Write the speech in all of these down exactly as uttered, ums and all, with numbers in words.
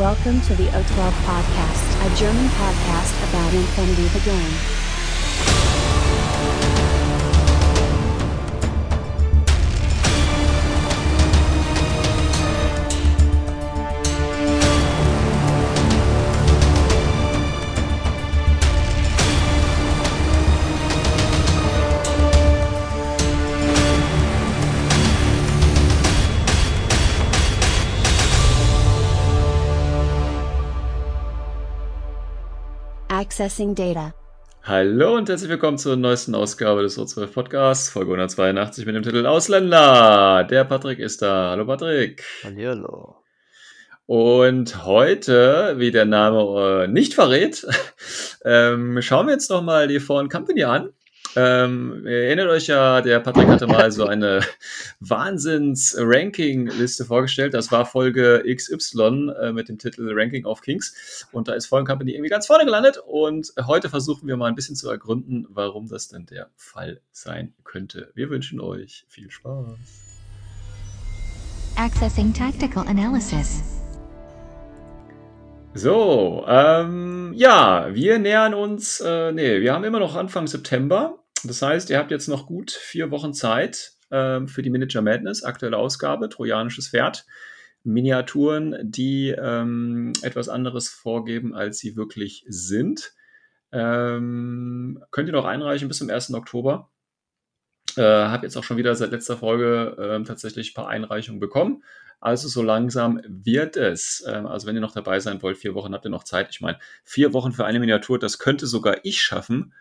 Welcome to the O twelve Podcast, a German podcast about Infinity the game. Accessing Data. Hallo und herzlich willkommen zur neuesten Ausgabe des O zwölf Podcasts, Folge hundertzweiundachtzig mit dem Titel Ausländer. Der Patrick ist da. Hallo Patrick. Hallihallo. Und heute, wie der Name äh, nicht verrät, ähm, schauen wir jetzt nochmal die Foreign Company an. Ähm, ihr erinnert euch ja, der Patrick hatte mal so eine Wahnsinns-Ranking-Liste vorgestellt. Das war Folge X Y äh, mit dem Titel Ranking of Kings. Und da ist Foreign Company irgendwie ganz vorne gelandet. Und heute versuchen wir mal ein bisschen zu ergründen, warum das denn der Fall sein könnte. Wir wünschen euch viel Spaß. Accessing Tactical Analysis. So, ähm, ja, wir nähern uns, äh, nee, wir haben immer noch Anfang September. Das heißt, ihr habt jetzt noch gut vier Wochen Zeit ähm, für die Miniature Madness, aktuelle Ausgabe, trojanisches Pferd. Miniaturen, die ähm, etwas anderes vorgeben, als sie wirklich sind. Ähm, könnt ihr noch einreichen bis zum ersten Oktober. Äh, habe jetzt auch schon wieder seit letzter Folge äh, tatsächlich ein paar Einreichungen bekommen. Also so langsam wird es. Ähm, also wenn ihr noch dabei sein wollt, vier Wochen habt ihr noch Zeit. Ich meine, vier Wochen für eine Miniatur, das könnte sogar ich schaffen,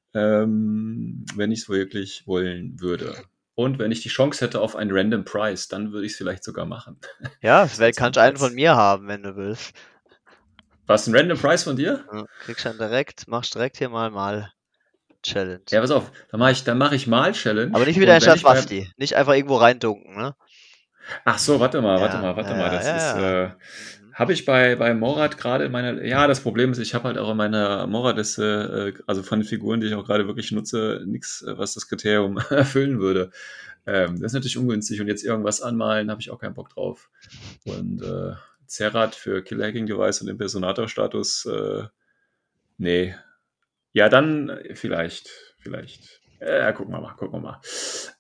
ähm, wenn ich es wirklich wollen würde. Und wenn ich die Chance hätte auf einen Random Prize, dann würde ich es vielleicht sogar machen. Ja, vielleicht kannst du einen von mir haben, wenn du willst. Was, ein Random Prize von dir? Ja, kriegst dann direkt, machst direkt hier mal mal Challenge. Ja, pass auf, dann mache ich, dann mach ich mal Challenge. Aber nicht wieder Und wenn statt ich beim- Basti. Nicht einfach irgendwo reindunken, ne? Ach so, warte mal, warte Ja, mal, warte ja, mal. Das ja, ist, ja. äh, habe ich bei, bei Morat gerade in meiner, ja, das Problem ist, ich habe halt auch in meiner Morat-Liste, äh, also von den Figuren, die ich auch gerade wirklich nutze, nichts, äh, was das Kriterium erfüllen würde. Ähm, das ist natürlich ungünstig und jetzt irgendwas anmalen, habe ich auch keinen Bock drauf. Und äh, Zerat für Killer Hacking Device und Impersonator-Status, äh, nee. Ja, dann äh, vielleicht, vielleicht. Äh, gucken wir mal, gucken wir mal.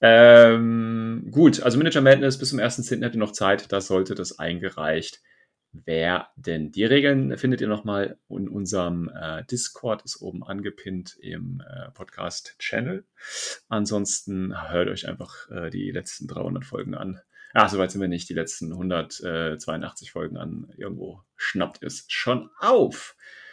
Ähm, gut, also Miniature Madness bis zum ersten zehnten habt ihr noch Zeit, da sollte das eingereicht werden. Die Regeln findet ihr nochmal in unserem äh, Discord, ist oben angepinnt im äh, Podcast-Channel. Ansonsten hört euch einfach äh, die letzten dreihundert Folgen an. Ach, soweit sind wir nicht, die letzten hundertzweiundachtzig Folgen an. Irgendwo schnappt es schon auf.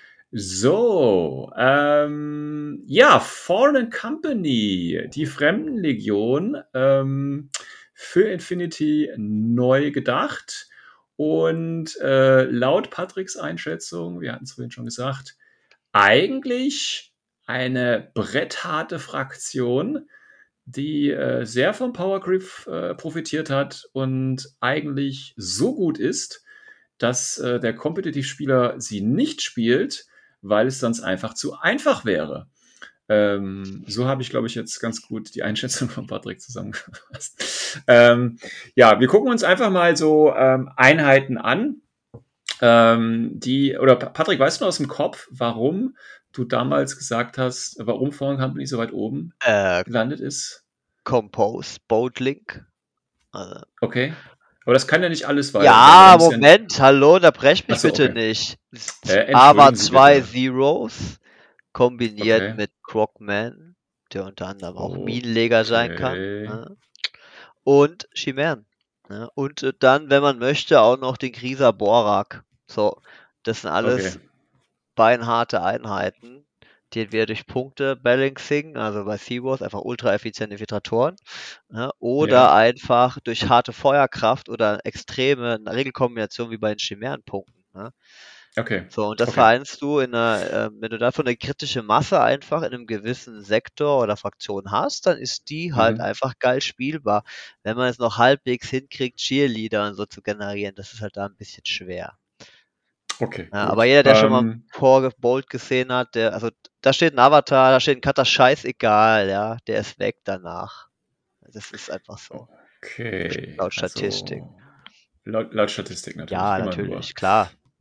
So, ähm, ja, Foreign Company, die Fremdenlegion, ähm, für Infinity neu gedacht. Und äh, laut Patricks Einschätzung, wir hatten es vorhin schon gesagt, eigentlich eine brettharte Fraktion, die äh, sehr vom Power Creep äh, profitiert hat und eigentlich so gut ist, dass äh, der Competitive-Spieler sie nicht spielt, weil es sonst einfach zu einfach wäre. Ähm, so habe ich, glaube ich, jetzt ganz gut die Einschätzung von Patrick zusammengefasst. Ähm, ja, wir gucken uns einfach mal so ähm, Einheiten an. Ähm, die, oder Patrick, weißt du aus dem Kopf, warum du damals gesagt hast, warum Foreign Company so weit oben Äh, gelandet ist? Compose, Boat Link. Also, Okay. Aber das kann ja nicht alles, weil. ja, weil- weil- Moment, hallo, da brech mich Ach so, bitte okay. nicht. Äh, Aber entschuldigen Sie zwei bitte. Zeros kombiniert Okay. mit Krogman, der unter anderem auch Oh, Minenleger sein kann. okay. Ne? Und Chimären. Ne? Und äh, dann, wenn man möchte, auch noch den Krieger Borak. So, das sind alles Okay. beinharte Einheiten, die wir durch Punkte Balancing, also bei Seawars einfach ultra effiziente Infiltratoren, ne? Oder Ja. einfach durch harte Feuerkraft oder extreme Regelkombination wie bei den Chimärenpunkten. Ne? Okay. So, und das Okay. vereinst du in einer, äh, wenn du davon eine kritische Masse einfach in einem gewissen Sektor oder Fraktion hast, dann ist die halt Mhm. einfach geil spielbar. Wenn man es noch halbwegs hinkriegt, Cheerleader und so zu generieren, das ist halt da ein bisschen schwer. Okay, Ja, gut. aber jeder, der schon mal Ähm, Power Bolt gesehen hat, der, also da steht ein Avatar, da steht ein Cutter, scheißegal, ja, der ist weg danach. Das ist einfach so. okay. Laut Statistik. Also, laut, laut Statistik natürlich, Ja, immer nur. natürlich, klar.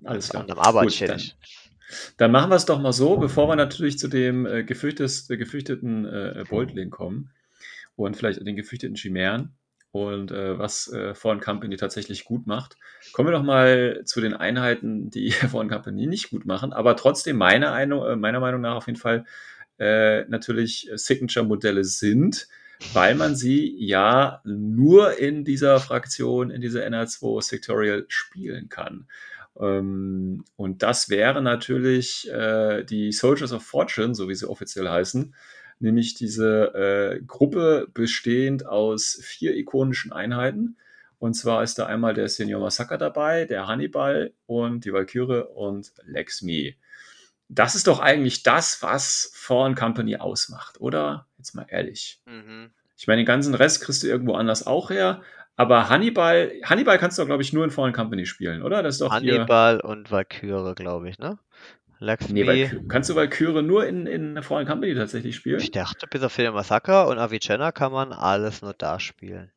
Alles klar. Anderem Gut, dann, arbeitsschädig. dann machen wir es doch mal so, bevor wir natürlich zu dem äh, gefürchtes, äh, gefürchteten äh, Boldling kommen und vielleicht den gefürchteten Chimären und äh, was äh, Foreign Company tatsächlich gut macht. Kommen wir doch mal zu den Einheiten, die Foreign Company nicht gut machen, aber trotzdem meiner, Ein- meiner Meinung nach auf jeden Fall äh, natürlich Signature-Modelle sind, weil man sie ja nur in dieser Fraktion, in dieser N R zwei Sectorial spielen kann. Ähm, und das wäre natürlich äh, die Soldiers of Fortune, so wie sie offiziell heißen, nämlich diese äh, Gruppe bestehend aus vier ikonischen Einheiten. Und zwar ist da einmal der Senior Massaker dabei, der Hannibal und die Valkyrie und Lexmi. Das ist doch eigentlich das, was Foreign Company ausmacht, oder? Jetzt mal ehrlich. Mhm. Ich meine, den ganzen Rest kriegst du irgendwo anders auch her, aber Hannibal, Hannibal kannst du doch, glaube ich, nur in Foreign Company spielen, oder? Das ist doch hier. Hannibal und Valkyrie, glaube ich, ne? Nee, Laxmi, Valky- kannst du Valkyrie nur in, in Foreign Company tatsächlich ich spielen? dachte, bis auf den Massaker und Avicenna kann man alles nur da spielen.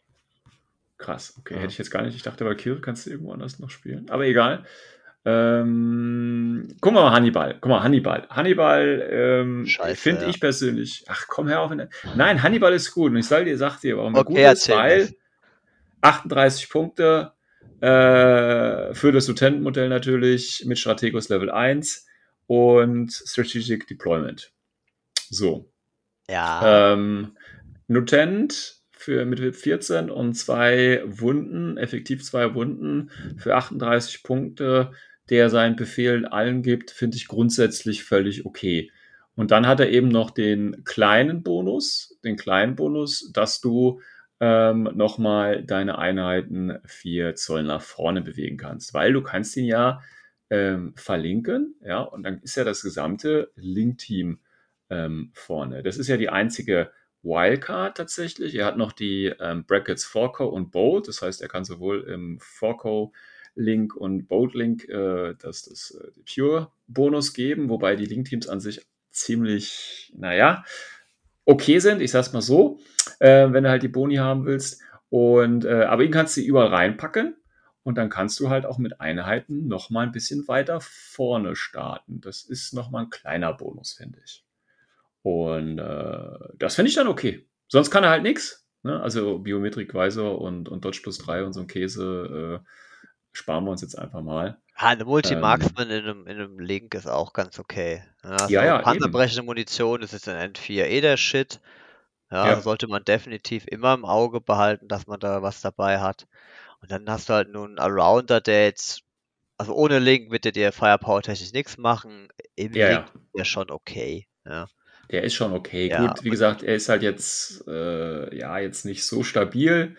Krass, okay, Ja. hätte ich jetzt gar nicht. Ich dachte, Valkyrie kannst du irgendwo anders noch spielen. Aber egal. Ähm, guck mal, Hannibal. Guck mal, Hannibal. Hannibal ähm, Scheiße, finde ja. ich persönlich. Ach komm, hör auf. in- Nein, Hannibal ist gut. Und ich sag dir, sag dir, warum er gut Okay, ist, erzähl mir's. weil achtunddreißig Punkte äh, für das Lieutenant-Modell natürlich mit Strategos Level eins und Strategic Deployment. So. Ja, Ähm, Lieutenant für mit vierzehn und zwei Wunden, effektiv zwei Wunden für achtunddreißig Punkte, der seinen Befehlen allen gibt, finde ich grundsätzlich völlig okay. Und dann hat er eben noch den kleinen Bonus, den kleinen Bonus, dass du ähm, nochmal deine Einheiten vier Zoll nach vorne bewegen kannst, weil du kannst ihn ja ähm, verlinken, ja, und dann ist ja das gesamte Link-Team ähm, vorne. Das ist ja die einzige Wildcard tatsächlich. Er hat noch die ähm, Brackets Forco und Bold. Das heißt, er kann sowohl im Forco Link und Bold Link äh, das, das äh, Pure Bonus geben, wobei die Link-Teams an sich ziemlich, naja, okay sind. Ich sag's mal so, äh, wenn du halt die Boni haben willst. Und, äh, aber ihn kannst du überall reinpacken. Und dann kannst du halt auch mit Einheiten noch mal ein bisschen weiter vorne starten. Das ist noch mal ein kleiner Bonus, finde ich. Und äh, das finde ich dann okay. Sonst kann er halt nichts. Ne? Also Biometrik Visor und, und Dodge plus drei und so ein Käse äh, sparen wir uns jetzt einfach mal. Ah, eine Ähm, Multi-Marksman in einem, in einem Link ist auch ganz okay. Ja, ja, so ja, eben. panzerbrechende Munition, das ist in N vier eh der Shit. Ja, also Ja, sollte man definitiv immer im Auge behalten, dass man da was dabei hat. Und dann hast du halt nur einen Allrounder, der jetzt, also ohne Link wird der dir Firepower-technisch nichts machen. Im ja, Link ja. ist der schon okay. Ja, Der ist schon okay. ja. Gut, wie Und gesagt, er ist halt jetzt, äh, ja, jetzt nicht so stabil,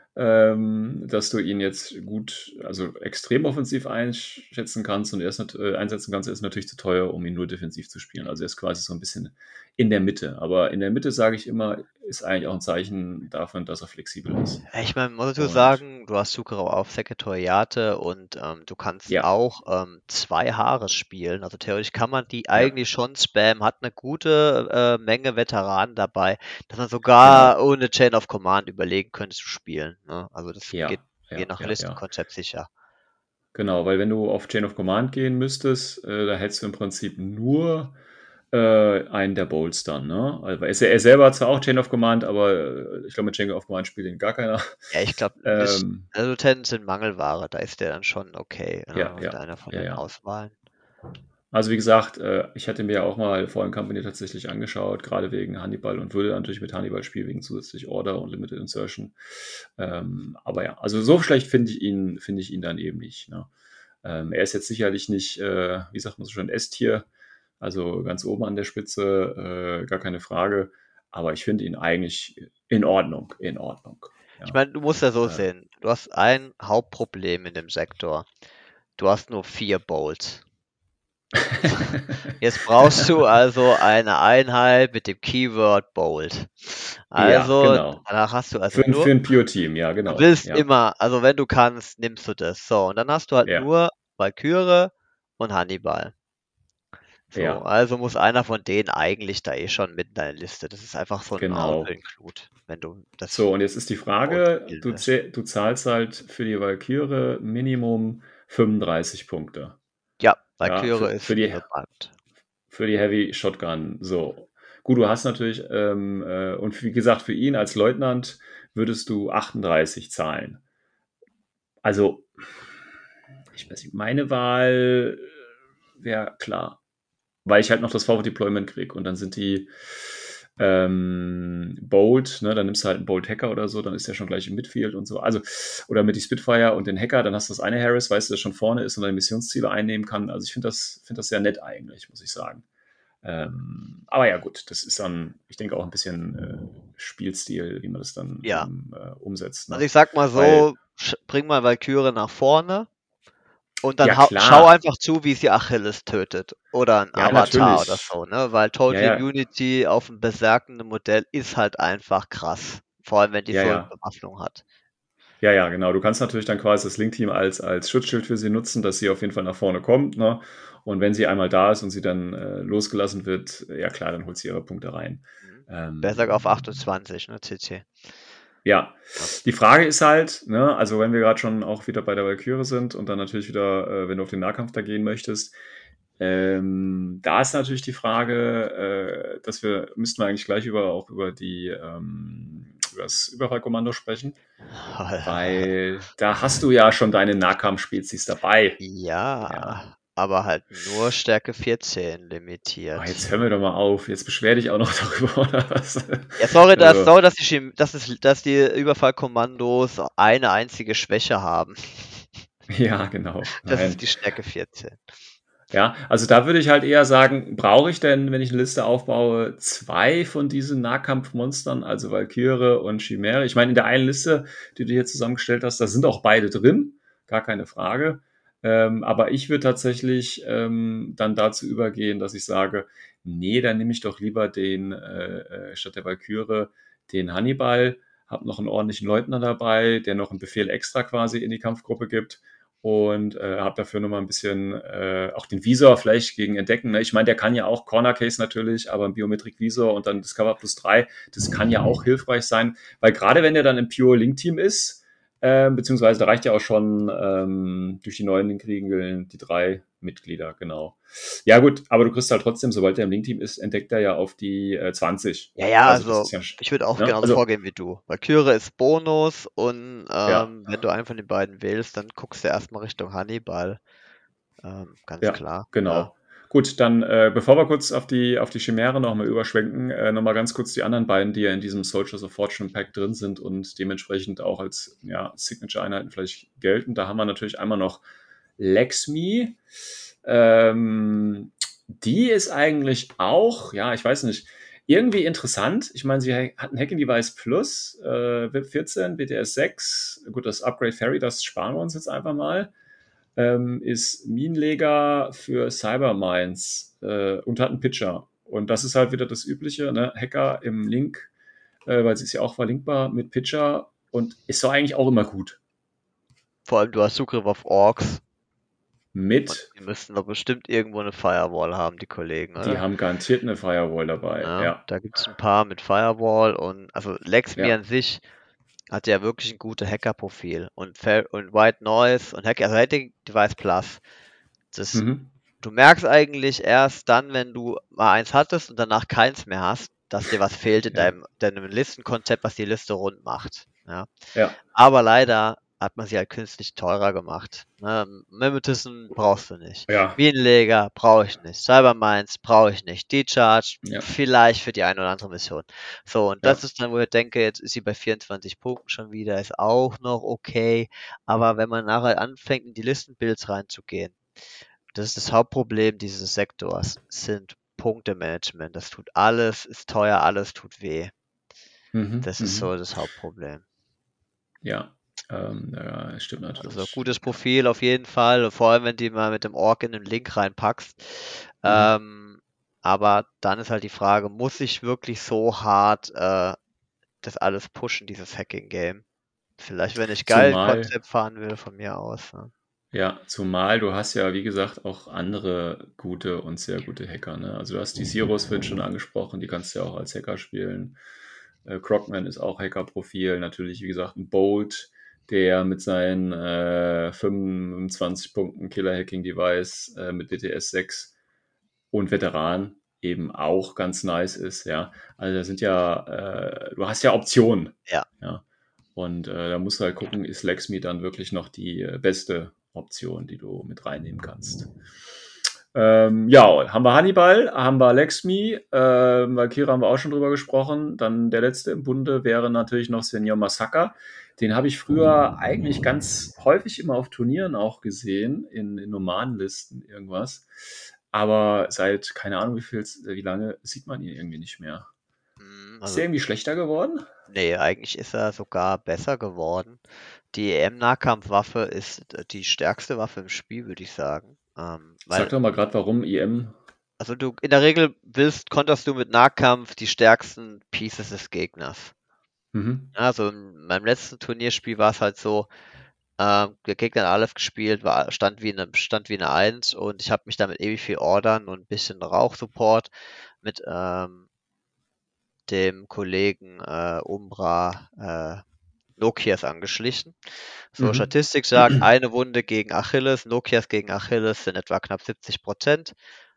ähm, dass du ihn jetzt gut, also extrem offensiv einschätzen kannst und er ist nat- äh, einsetzen kannst. Er ist natürlich zu teuer, um ihn nur defensiv zu spielen. Also er ist quasi so ein bisschen in der Mitte. Aber in der Mitte, sage ich immer, ist eigentlich auch ein Zeichen davon, dass er flexibel ist. ja, ich meine, muss dazu Und sagen, du hast Zugriff auf Sekretariate und ähm, du kannst ja, auch ähm, zwei Haare spielen. Also theoretisch kann man die ja, eigentlich schon spammen, hat eine gute äh, Menge Veteranen dabei, dass man genau. sogar ohne Chain of Command überlegen könnte zu spielen. Ne? Also das geht Ja, je ja, nach ja, ja. Listenkonzept sicher. Genau, weil wenn du auf Chain of Command gehen müsstest, äh, da hättest du im Prinzip nur äh, einen der Bolts dann, ne? Also er, ist ja- er selber hat zwar auch Chain of Command, aber äh, ich glaube, mit Chain of Command spielt ihn gar keiner. Ja, ich glaube, Ähm, also Lieutenants sind Mangelware, da ist der dann schon okay, ja, ja, mit ja, einer von ja, den ja. Auswahlen. Also wie gesagt, äh, ich hatte mir auch mal Fallen Company tatsächlich angeschaut, gerade wegen Hannibal und würde natürlich mit Hannibal spielen, wegen zusätzlich Order und Limited Insertion. Ähm, aber ja, also so schlecht finde ich ihn, finde ich ihn dann eben nicht. Ne? Ähm, er ist jetzt sicherlich nicht, äh, wie sagt man so schön, S-Tier, also ganz oben an der Spitze, äh, gar keine Frage. Aber ich finde ihn eigentlich in Ordnung, in Ordnung. Ich Ja. meine, du musst ja so Äh, sehen, du hast ein Hauptproblem in dem Sektor. Du hast nur vier Bolts. Jetzt brauchst du also eine Einheit mit dem Keyword Bold. ja, Also, genau. danach hast du also Für, ein- nur, für ein Pure-Team, ja, du genau. willst Ja, immer, also wenn du kannst, nimmst du das. So, und dann hast du halt ja, nur Valkyrie und Hannibal. So, ja, also muss einer von denen eigentlich da eh schon mit in deine Liste. Das ist einfach so ein genau. Auto-Include, wenn du das So, und jetzt ist die Bold Frage, spielen du, willst. zäh- du zahlst halt für die Valkyrie Minimum fünfunddreißig Punkte. Ja, Ja, Valkyrie für, ist für, die, bekannt. für die Heavy Shotgun. So. Gut, du hast natürlich, ähm, äh, und wie gesagt, für ihn als Leutnant würdest du achtunddreißig zahlen. Also, ich weiß nicht, meine Wahl wäre klar, weil ich halt noch das Forward Deployment kriege und dann sind die ähm, Bolt, ne, dann nimmst du halt einen Bolt Hacker oder so, dann ist der schon gleich im Midfield und so. Also, oder mit die Spitfire und den Hacker, dann hast du das eine Harris, weißt du, der schon vorne ist und deine Missionsziele einnehmen kann. Also ich finde das, finde das sehr nett eigentlich, muss ich sagen. Ähm, aber ja, gut, das ist dann, ich denke, auch ein bisschen äh, Spielstil, wie man das dann Ja. eben, äh, umsetzt. Ne? Also ich sag mal Weil, so, sch- bring mal Valkyrie nach vorne und dann ja, hau schau klar. einfach zu, wie sie Achilles tötet. Oder ein Ja, Avatar oder natürlich. so, ne? Weil Ja, Total ja, Immunity auf dem besagten Modell ist halt einfach krass. Vor allem, wenn die ja, so eine ja. Bewaffnung hat. Ja, ja, genau. Du kannst natürlich dann quasi das Link-Team als, als Schutzschild für sie nutzen, dass sie auf jeden Fall nach vorne kommt. Ne? Und wenn sie einmal da ist und sie dann äh, losgelassen wird, ja klar, dann holt sie ihre Punkte rein. Mhm. Ähm, Besser auf achtundzwanzig, ne, C C. ja, Ja. die Frage ist halt, ne, also wenn wir gerade schon auch wieder bei der Valkyrie sind und dann natürlich wieder, äh, wenn du auf den Nahkampf da gehen möchtest, ähm, da ist natürlich die Frage, äh, dass wir, müssten wir eigentlich gleich über auch über die ähm, über das Überfallkommando sprechen, weil da hast du ja schon deine Nahkampfspezies dabei. Ja. Ja, aber halt nur Stärke vierzehn Oh, limitiert. jetzt hör mir doch mal auf, jetzt beschwer dich auch noch darüber, oder was? Ja, sorry, dass, Also, sorry, dass die, Chim- dass, es, dass die Überfallkommandos eine einzige Schwäche haben. ja, genau. Das Nein. ist die Stärke vierzehn. Ja, also da würde ich halt eher sagen, brauche ich denn, wenn ich eine Liste aufbaue, zwei von diesen Nahkampfmonstern, also Valkyrie und Chimäre? Ich meine, in der einen Liste, die du hier zusammengestellt hast, da sind auch beide drin, gar keine Frage. Ähm, aber ich würde tatsächlich ähm, dann dazu übergehen, dass ich sage, nee, dann nehme ich doch lieber den, äh, äh, statt der Valkyrie, den Hannibal, habe noch einen ordentlichen Leutnant dabei, der noch einen Befehl extra quasi in die Kampfgruppe gibt und äh, habe dafür nochmal ein bisschen äh, auch den Visor vielleicht gegen Entdecken. Ne? Ich meine, der kann ja auch Corner Case natürlich, aber ein Biometric Visor und dann Discover plus drei, das kann ja auch hilfreich sein, weil gerade wenn der dann im Pure Link Team ist, äh, beziehungsweise da reicht ja auch schon ähm, durch die neuen Link-Regeln die drei Mitglieder, genau. Ja gut, aber du kriegst halt trotzdem, sobald der im Link Team ist, entdeckt er ja auf die äh, zwanzig. Ja, ja, Also das also ist ja, ich würde auch ne? genauso Also vorgehen wie du. Valkyrie ist Bonus und ja, ähm, wenn du einen von den beiden wählst, dann guckst du erstmal Richtung Hannibal. Ähm, ganz ja, klar. Ja. genau. Gut, dann äh, bevor wir kurz auf die, auf die Chimäre nochmal überschwenken, äh, nochmal ganz kurz die anderen beiden, die ja in diesem Soldiers of Fortune Pack drin sind und dementsprechend auch als ja, Signature-Einheiten vielleicht gelten. Da haben wir natürlich einmal noch Lexmi. Ähm, die ist eigentlich auch, ja, ich weiß nicht, irgendwie interessant. Ich meine, sie hat ein Hacking Device Plus, äh, W I P vierzehn, B T S sechs. Gut, das Upgrade Ferry, das sparen wir uns jetzt einfach mal. Ähm, ist Minenleger für Cybermines äh, und hat einen Pitcher. Und das ist halt wieder das Übliche, ne? Hacker im Link, äh, weil sie ist ja auch verlinkbar mit Pitcher und ist so eigentlich auch immer gut. Vor allem, du hast Zugriff auf Orks. Mit, Die müssten doch bestimmt irgendwo eine Firewall haben, die Kollegen, die oder? haben garantiert eine Firewall dabei, Ja, ja. da gibt es ein paar mit Firewall und also Lexmi Ja. an sich hat ja wirklich ein gutes Hacker-Profil und, Fair- und White Noise und Hacker, also Hacking Device Plus. Das, Mhm. du merkst eigentlich erst dann, wenn du mal eins hattest und danach keins mehr hast, dass dir was fehlt in Ja. deinem, deinem Listenkonzept, was die Liste rund macht. Ja. Ja. Aber leider hat man sie halt künstlich teurer gemacht. Ne? Mimetism brauchst du nicht. Ja. Minenleger brauche ich nicht. Cybermines brauche ich nicht. Decharge Ja. vielleicht für die eine oder andere Mission. So, und Ja. das ist dann, wo ich denke, jetzt ist sie bei vierundzwanzig Punkten schon wieder, ist auch noch okay. Aber wenn man nachher anfängt, in die Listenbuilds reinzugehen, das ist das Hauptproblem dieses Sektors, sind Punktemanagement. Das tut alles, ist teuer, alles tut weh. Mhm. Das Mhm. ist so das Hauptproblem. Ja. Ähm, ja, stimmt natürlich. Also gutes Profil auf jeden Fall, vor allem wenn du mal mit dem Ork in den Link reinpackst. Mhm. Ähm, aber dann ist halt die Frage, muss ich wirklich so hart äh, das alles pushen, dieses Hacking-Game? Vielleicht, wenn ich geil Zumal, Konzept fahren will, von mir aus. Ne? ja, zumal du hast ja, wie gesagt, auch andere gute und sehr gute Hacker. Ne? Also du hast die Zeros vorhin schon angesprochen, die kannst du ja auch als Hacker spielen. Äh, Crocman ist auch Hacker-Profil. Natürlich, wie gesagt, ein Bolt, der mit seinen äh, fünfundzwanzig Punkten Killer-Hacking-Device äh, mit D T S sechs und Veteran eben auch ganz nice ist, ja. Also da sind ja, äh, du hast ja Optionen, Ja. ja. Und äh, da musst du halt gucken, ist Lexmi dann wirklich noch die äh, beste Option, die du mit reinnehmen kannst. Ähm, ja, haben wir Hannibal, haben wir Lexmi, ähm, Valkyrie haben wir auch schon drüber gesprochen. Dann der letzte im Bunde wäre natürlich noch Senior Masaka. Den habe ich früher eigentlich ganz häufig immer auf Turnieren auch gesehen, in, in Nomadenlisten irgendwas. Aber seit, keine Ahnung wie viel, wie lange, sieht man ihn irgendwie nicht mehr. Mm, Ist Also, der irgendwie schlechter geworden? nee, eigentlich ist er sogar besser geworden. Die E M-Nahkampfwaffe ist äh, die stärkste Waffe im Spiel, würde ich sagen. Ähm, Sag weil, doch mal gerade, warum I M. also du in der Regel willst, konterst du mit Nahkampf die stärksten Pieces des Gegners. Mhm. Also in meinem letzten Turnierspiel war es halt so, ähm, der Gegner hat alles gespielt, war, stand wie eine, stand wie eine Eins und ich habe mich damit ewig viel Ordern und ein bisschen Rauchsupport mit ähm, dem Kollegen äh, Umbra äh, Nokias angeschlichen. So, Mhm. Statistik sagt, eine Wunde gegen Achilles, Nokias gegen Achilles sind etwa knapp siebzig Prozent.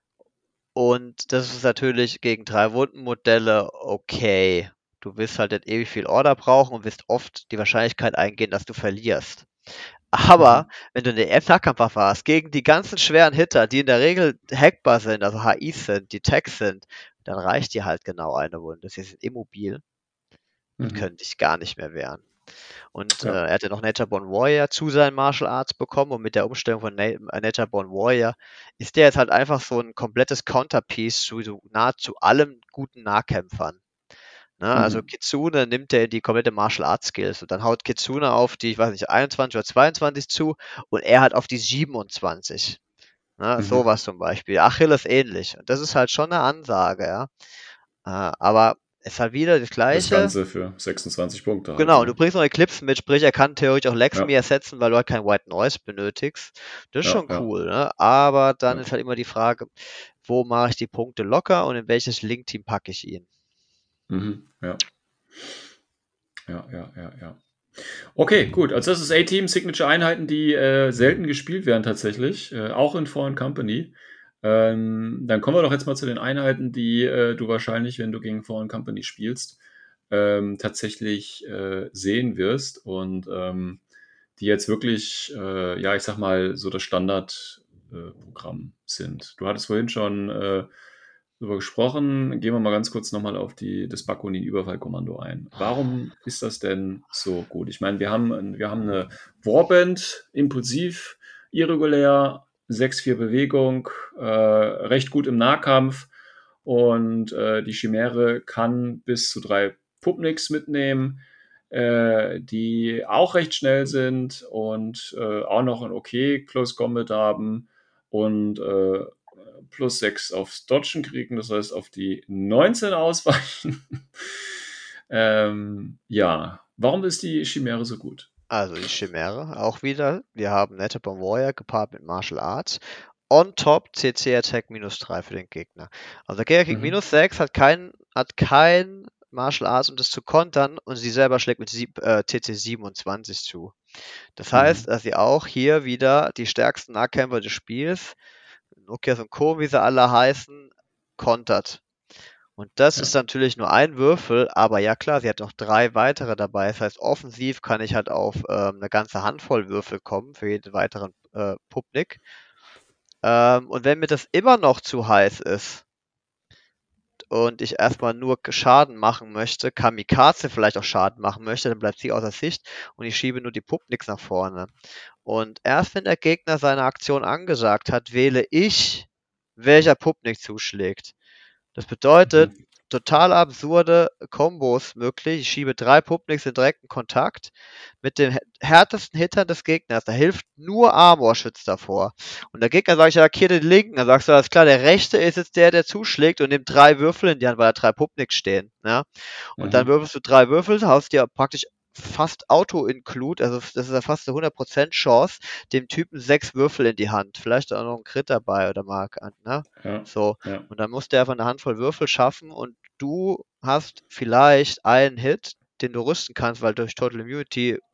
Und das ist natürlich gegen drei Wundenmodelle okay. Du wirst halt nicht ewig viel Order brauchen und wirst oft die Wahrscheinlichkeit eingehen, dass du verlierst. Aber Mhm. wenn du eine Nahkampfwaffe hast, gegen die ganzen schweren Hitter, die in der Regel hackbar sind, also H Is sind, die Tags sind, dann reicht dir halt genau eine Wunde. Sie sind immobil und Mhm. können dich gar nicht mehr wehren. Und äh, Ja. er hatte noch Natureborn Warrior zu seinen Martial Arts bekommen und mit der Umstellung von Na äh, Natureborn Warrior ist der jetzt halt einfach so ein komplettes Counterpiece zu so nahezu allen guten Nahkämpfern. Ne? Also Mhm. Kitsune nimmt er die komplette Martial Arts Skills und dann haut Kitsune auf die, ich weiß nicht, einundzwanzig oder zweiundzwanzig zu und er hat auf die siebenundzwanzig. Ne? Mhm. Sowas zum Beispiel. Achilles ähnlich. Und das ist halt schon eine Ansage, ja. Äh, aber es ist halt wieder das Das Gleiche. Ganze für sechsundzwanzig Punkte halt, Genau, und du ne? bringst noch Eclipse mit, sprich, er kann theoretisch auch Lexmi Ja, ersetzen, weil du halt kein White Noise benötigst. Das ist ja, schon ja, cool, ne? Aber dann ja. ist halt immer die Frage, wo mache ich die Punkte locker und in welches Link-Team packe ich ihn? Mhm. Ja, ja, ja, ja, ja. Okay, gut. Also das ist A-Team, Signature-Einheiten, die äh, selten gespielt werden tatsächlich, äh, auch in Foreign Company. Ähm, dann kommen wir doch jetzt mal zu den Einheiten, die äh, du wahrscheinlich, wenn du gegen Foreign Company spielst, ähm, tatsächlich äh, sehen wirst und ähm, die jetzt wirklich, äh, ja, ich sag mal, so das Standardprogramm äh, Programm sind. Du hattest vorhin schon äh, darüber gesprochen. Gehen wir mal ganz kurz nochmal auf die, das Bakunin-Überfallkommando ein. Warum ist das denn so gut? Ich meine, wir haben, wir haben eine Warband, impulsiv, irregulär, sechs vier Bewegung, äh, recht gut im Nahkampf und äh, die Chimäre kann bis zu drei Pupniks mitnehmen, äh, die auch recht schnell sind und äh, auch noch ein okay Close Combat haben und äh, plus sechs aufs Dodgen kriegen, das heißt auf die neunzehn ausweichen. ähm, ja, warum ist die Chimäre so gut? Also die Chimäre auch wieder. Wir haben Natureborn Warrior gepaart mit Martial Arts. On top C C Attack minus drei für den Gegner. Also der Gegner kriegt Mhm. minus sechs, hat kein, hat kein Martial Arts, um das zu kontern und sie selber schlägt mit sieb, äh, C C siebenundzwanzig zu. Das heißt, Mhm. dass sie auch hier wieder die stärksten Nahkämpfer des Spiels, Nokias und Co., wie sie alle heißen, kontert. Und das ist Ja. natürlich nur ein Würfel, aber ja klar, sie hat noch drei weitere dabei. Das heißt, offensiv kann ich halt auf ähm, eine ganze Handvoll Würfel kommen für jeden weiteren äh, Pupnik. Ähm, und wenn mir das immer noch zu heiß ist und ich erstmal nur Schaden machen möchte, Kamikaze vielleicht auch Schaden machen möchte, dann bleibt sie außer Sicht und ich schiebe nur die Pupniks nach vorne. Und erst wenn der Gegner seine Aktion angesagt hat, wähle ich, welcher Pupnik zuschlägt. Das bedeutet, Mhm. total absurde Kombos möglich. Ich schiebe drei Pupniks in direkten Kontakt mit den härtesten Hittern des Gegners. Da hilft nur Armor Schütz davor. Und der Gegner sagt, ich attackiere den linken. Dann sagst du, alles klar, der rechte ist jetzt der, der zuschlägt und nimmt drei Würfel in die Hand, weil da drei Pupniks stehen. Ja? Und dann Mhm. würfelst du drei Würfel, haust dir praktisch fast Auto-Include, also das ist ja fast eine hundert Prozent Chance, dem Typen sechs Würfel in die Hand. Vielleicht auch noch ein Crit dabei oder mal, ne? Ja. So. Ja. Und dann musst du einfach eine Handvoll Würfel schaffen und du hast vielleicht einen Hit, den du rüsten kannst, weil durch Total Immunity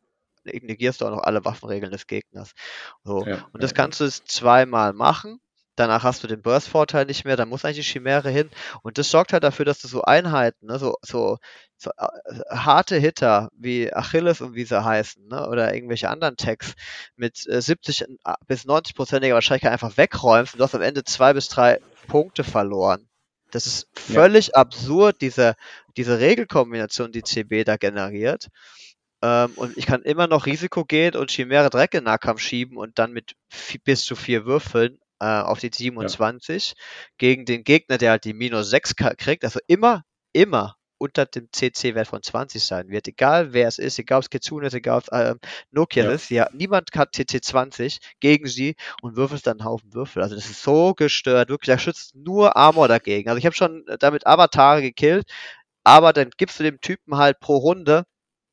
negierst du auch noch alle Waffenregeln des Gegners. So. Ja, Und ja, das ja. kannst du es zweimal machen. Danach hast du den Burst-Vorteil nicht mehr, dann muss eigentlich die Chimäre hin. Und das sorgt halt dafür, dass du so Einheiten, ne, so, so, so äh, harte Hitter wie Achilles und wie sie heißen, ne, oder irgendwelche anderen Tags mit äh, siebzig bis neunzig-prozentiger Wahrscheinlichkeit einfach wegräumst und du hast am Ende zwei bis drei Punkte verloren. Das ist Ja. völlig absurd, diese, diese Regelkombination, die C B da generiert. Ähm, und ich kann immer noch Risiko gehen und Chimäre direkt in Nahkampf schieben und dann mit vi- bis zu vier Würfeln äh, auf die siebenundzwanzig gegen den Gegner, der halt die minus sechs ka- kriegt. Also immer, immer unter dem C C-Wert von zwanzig sein wird. Egal wer es ist, egal ob es Kitsune ist, egal ob es ähm, Nokia Ja. ist. Ja, niemand hat C C zwanzig gegen sie und würfelst dann einen Haufen Würfel. Also das ist so gestört. Wirklich, da schützt nur Armor dagegen. Also ich habe schon äh, damit Avatare gekillt, aber dann gibst du dem Typen halt pro Runde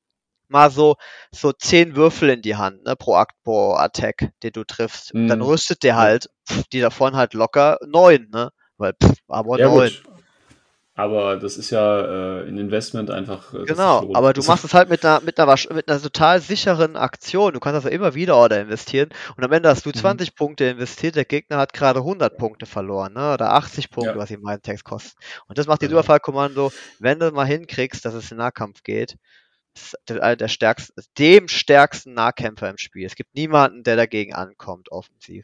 mal so, so zehn Würfel in die Hand, ne, pro Akt, pro Attack, den du triffst. Und dann Mhm. rüstet der Ja. halt, pff, die davon halt locker neun, ne? Weil, pff, aber Ja, neun. gut. Aber das ist ja äh, ein Investment einfach, äh, das sich Genau, lohnt. aber du Also, machst es halt mit einer, mit einer, wahrsch- mit einer total sicheren Aktion. Du kannst also immer wieder Order investieren und am Ende hast du mhm. zwanzig Punkte investiert, der Gegner hat gerade hundert Punkte verloren, ne? Oder achtzig Punkte, Ja, was ihm meinen Text kostet. Und das macht die genau. Überfallkommando, wenn du mal hinkriegst, dass es in Nahkampf geht, ist der- einer der stärksten, dem stärksten Nahkämpfer im Spiel. Es gibt niemanden, der dagegen ankommt, offensiv.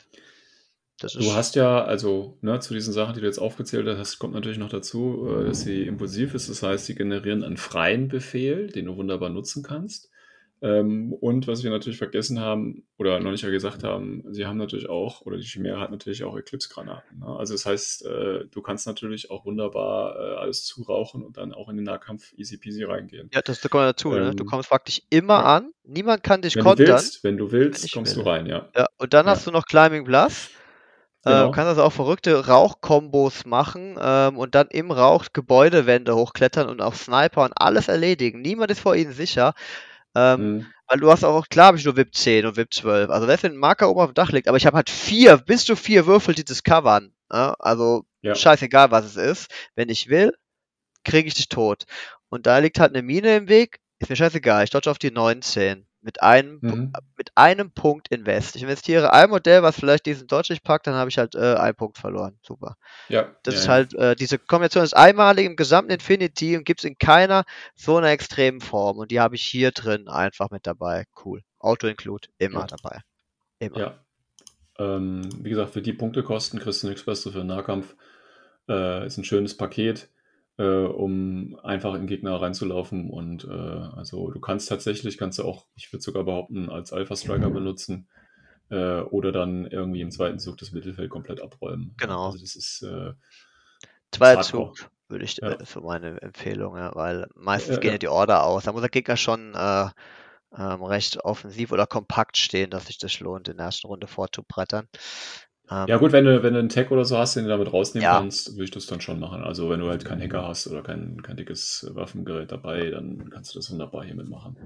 Das Du ist, hast ja, also ne, zu diesen Sachen, die du jetzt aufgezählt hast, kommt natürlich noch dazu, äh, dass sie impulsiv ist. Das heißt, sie generieren einen freien Befehl, den du wunderbar nutzen kannst. Ähm, und was wir natürlich vergessen haben oder noch nicht mal gesagt haben, sie haben natürlich auch, oder die Chimäre hat natürlich auch Eclipse-Granaten. Ne? Also das heißt, äh, du kannst natürlich auch wunderbar äh, alles zurauchen und dann auch in den Nahkampf easy peasy reingehen. ja, das, das kommt dazu, ne? Du Ähm, kommst praktisch immer ja. an, niemand kann dich Wenn du kontern, willst, wenn du wenn willst, ich kommst du will. rein, ja. Ja, und dann hast Ja, du noch Climbing Plus. Äh, genau. kannst also auch verrückte Rauchkombos machen ähm, und dann im Rauch Gebäudewände hochklettern und auch Sniper und alles erledigen. Niemand ist vor ihnen sicher. Ähm, Mhm. weil du hast auch, klar habe ich nur V I P zehn und V I P zwölf. Also wenn ein Marker oben auf dem Dach liegt, aber ich habe halt vier, bis zu vier Würfel, die das covern. Ja? Also Ja. scheißegal, was es ist. Wenn ich will, kriege ich dich tot. Und da liegt halt eine Mine im Weg, ist mir scheißegal. Ich dodge auf die neunzehn. Mit einem, Pu- Mhm. mit einem Punkt Invest. Ich investiere ein Modell, was vielleicht diesen Dodge nicht packt, dann habe ich halt äh, einen Punkt verloren. Super. Ja, Das ja, ist ja. halt, äh, diese Kombination ist einmalig im gesamten Infinity und gibt es in keiner so einer extremen Form. Und die habe ich hier drin einfach mit dabei. Cool. Auto-Include immer Ja. dabei. Immer. Ja. Ähm, wie gesagt, für die Punktekosten kriegst du nichts Besseres für den Nahkampf. Äh, ist ein schönes Paket, äh, um einfach in Gegner reinzulaufen. Und äh, also du kannst tatsächlich, kannst du auch, ich würde sogar behaupten, als Alpha-Striker benutzen. Äh, oder dann irgendwie im zweiten Zug das Mittelfeld komplett abräumen. Ja, Genau. also das ist, äh, ist Zweiter hardcore. Zug würde ich, Ja. äh, so meine Empfehlung, ja, weil Ja, meistens ja, gehen ja ja. die Order aus. Da muss der Gegner schon äh, ähm, recht offensiv oder kompakt stehen, dass sich das lohnt, in der ersten Runde vorzubrettern. Ja Ähm, gut, wenn du, wenn du einen Tag oder so hast, den du damit rausnehmen ja, kannst, würde ich das dann schon machen. Also wenn du halt keinen Hacker hast oder kein, kein dickes Waffengerät dabei, dann kannst du das wunderbar hiermit machen.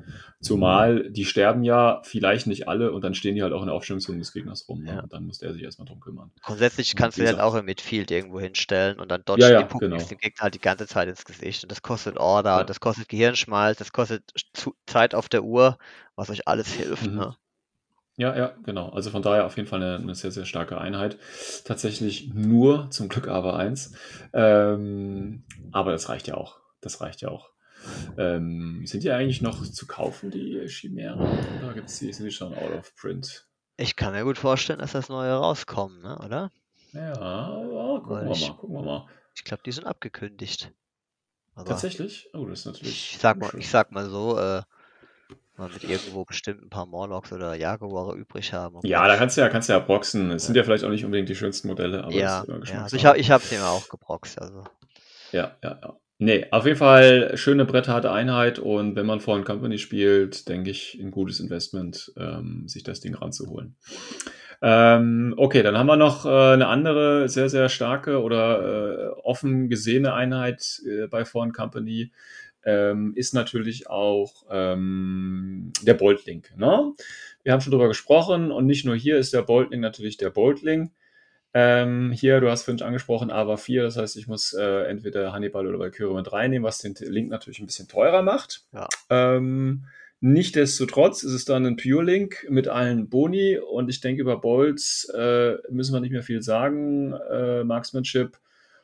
Zumal die sterben ja vielleicht nicht alle und dann stehen die halt auch in der Aufstellungsrunde des Gegners rum. Ne? ja. Und dann muss der sich erstmal drum kümmern. Grundsätzlich Und kannst wie du die halt auch gesagt, im Midfield irgendwo hinstellen und dann ja, dodgen die ja, Puppen genau. dem Gegner halt die ganze Zeit ins Gesicht. Und das kostet Order, Ja. und das kostet Gehirnschmalz, das kostet zu Zeit auf der Uhr, was euch alles hilft, Mhm. ne? Ja, ja, genau. Also von daher auf jeden Fall eine, eine sehr, sehr starke Einheit. Tatsächlich nur, zum Glück aber eins. Ähm, aber das reicht ja auch. Das reicht ja auch. Ähm, sind die eigentlich noch zu kaufen, die Chimären? Oder gibt's die, sind die schon out of print? Ich kann mir gut vorstellen, dass das neue rauskommen, ne, oder? Ja, ja, gucken Weil wir ich, mal, gucken wir mal. ich glaube, die sind abgekündigt. Aber Tatsächlich? Oh, das ist ich natürlich sag mal, unschön. ich sag mal so, äh, man wird irgendwo bestimmt ein paar Morlocks oder Jaguare übrig haben. Ob Ja, da jetzt, kannst du ja, kannst du ja boxen. Es äh, sind ja vielleicht auch nicht unbedingt die schönsten Modelle, aber das ist ja, immer ja. Also ich habe, Geschmackssache. ich habe es mir auch gebroxt. Also Ja, ja, ja. Nee, auf jeden Fall schöne brettharte Einheit und wenn man Foreign Company spielt, denke ich, ein gutes Investment, ähm, sich das Ding ranzuholen. Ähm, okay, dann haben wir noch äh, eine andere sehr, sehr starke oder äh, offen gesehene Einheit äh, bei Foreign Company. Ähm, ist natürlich auch ähm, der Boltling. Ne? Wir haben schon drüber gesprochen und nicht nur hier ist der Boltling natürlich der Boltling. Ähm, hier, du hast vorhin angesprochen, A V A vier, das heißt, ich muss äh, entweder Hannibal oder Valkyrie mit reinnehmen, was den Link natürlich ein bisschen teurer macht. ja, Ähm, Nichtsdestotrotz ist es dann ein Pure Link mit allen Boni und ich denke, über Bolts äh, müssen wir nicht mehr viel sagen. Äh, Marksmanship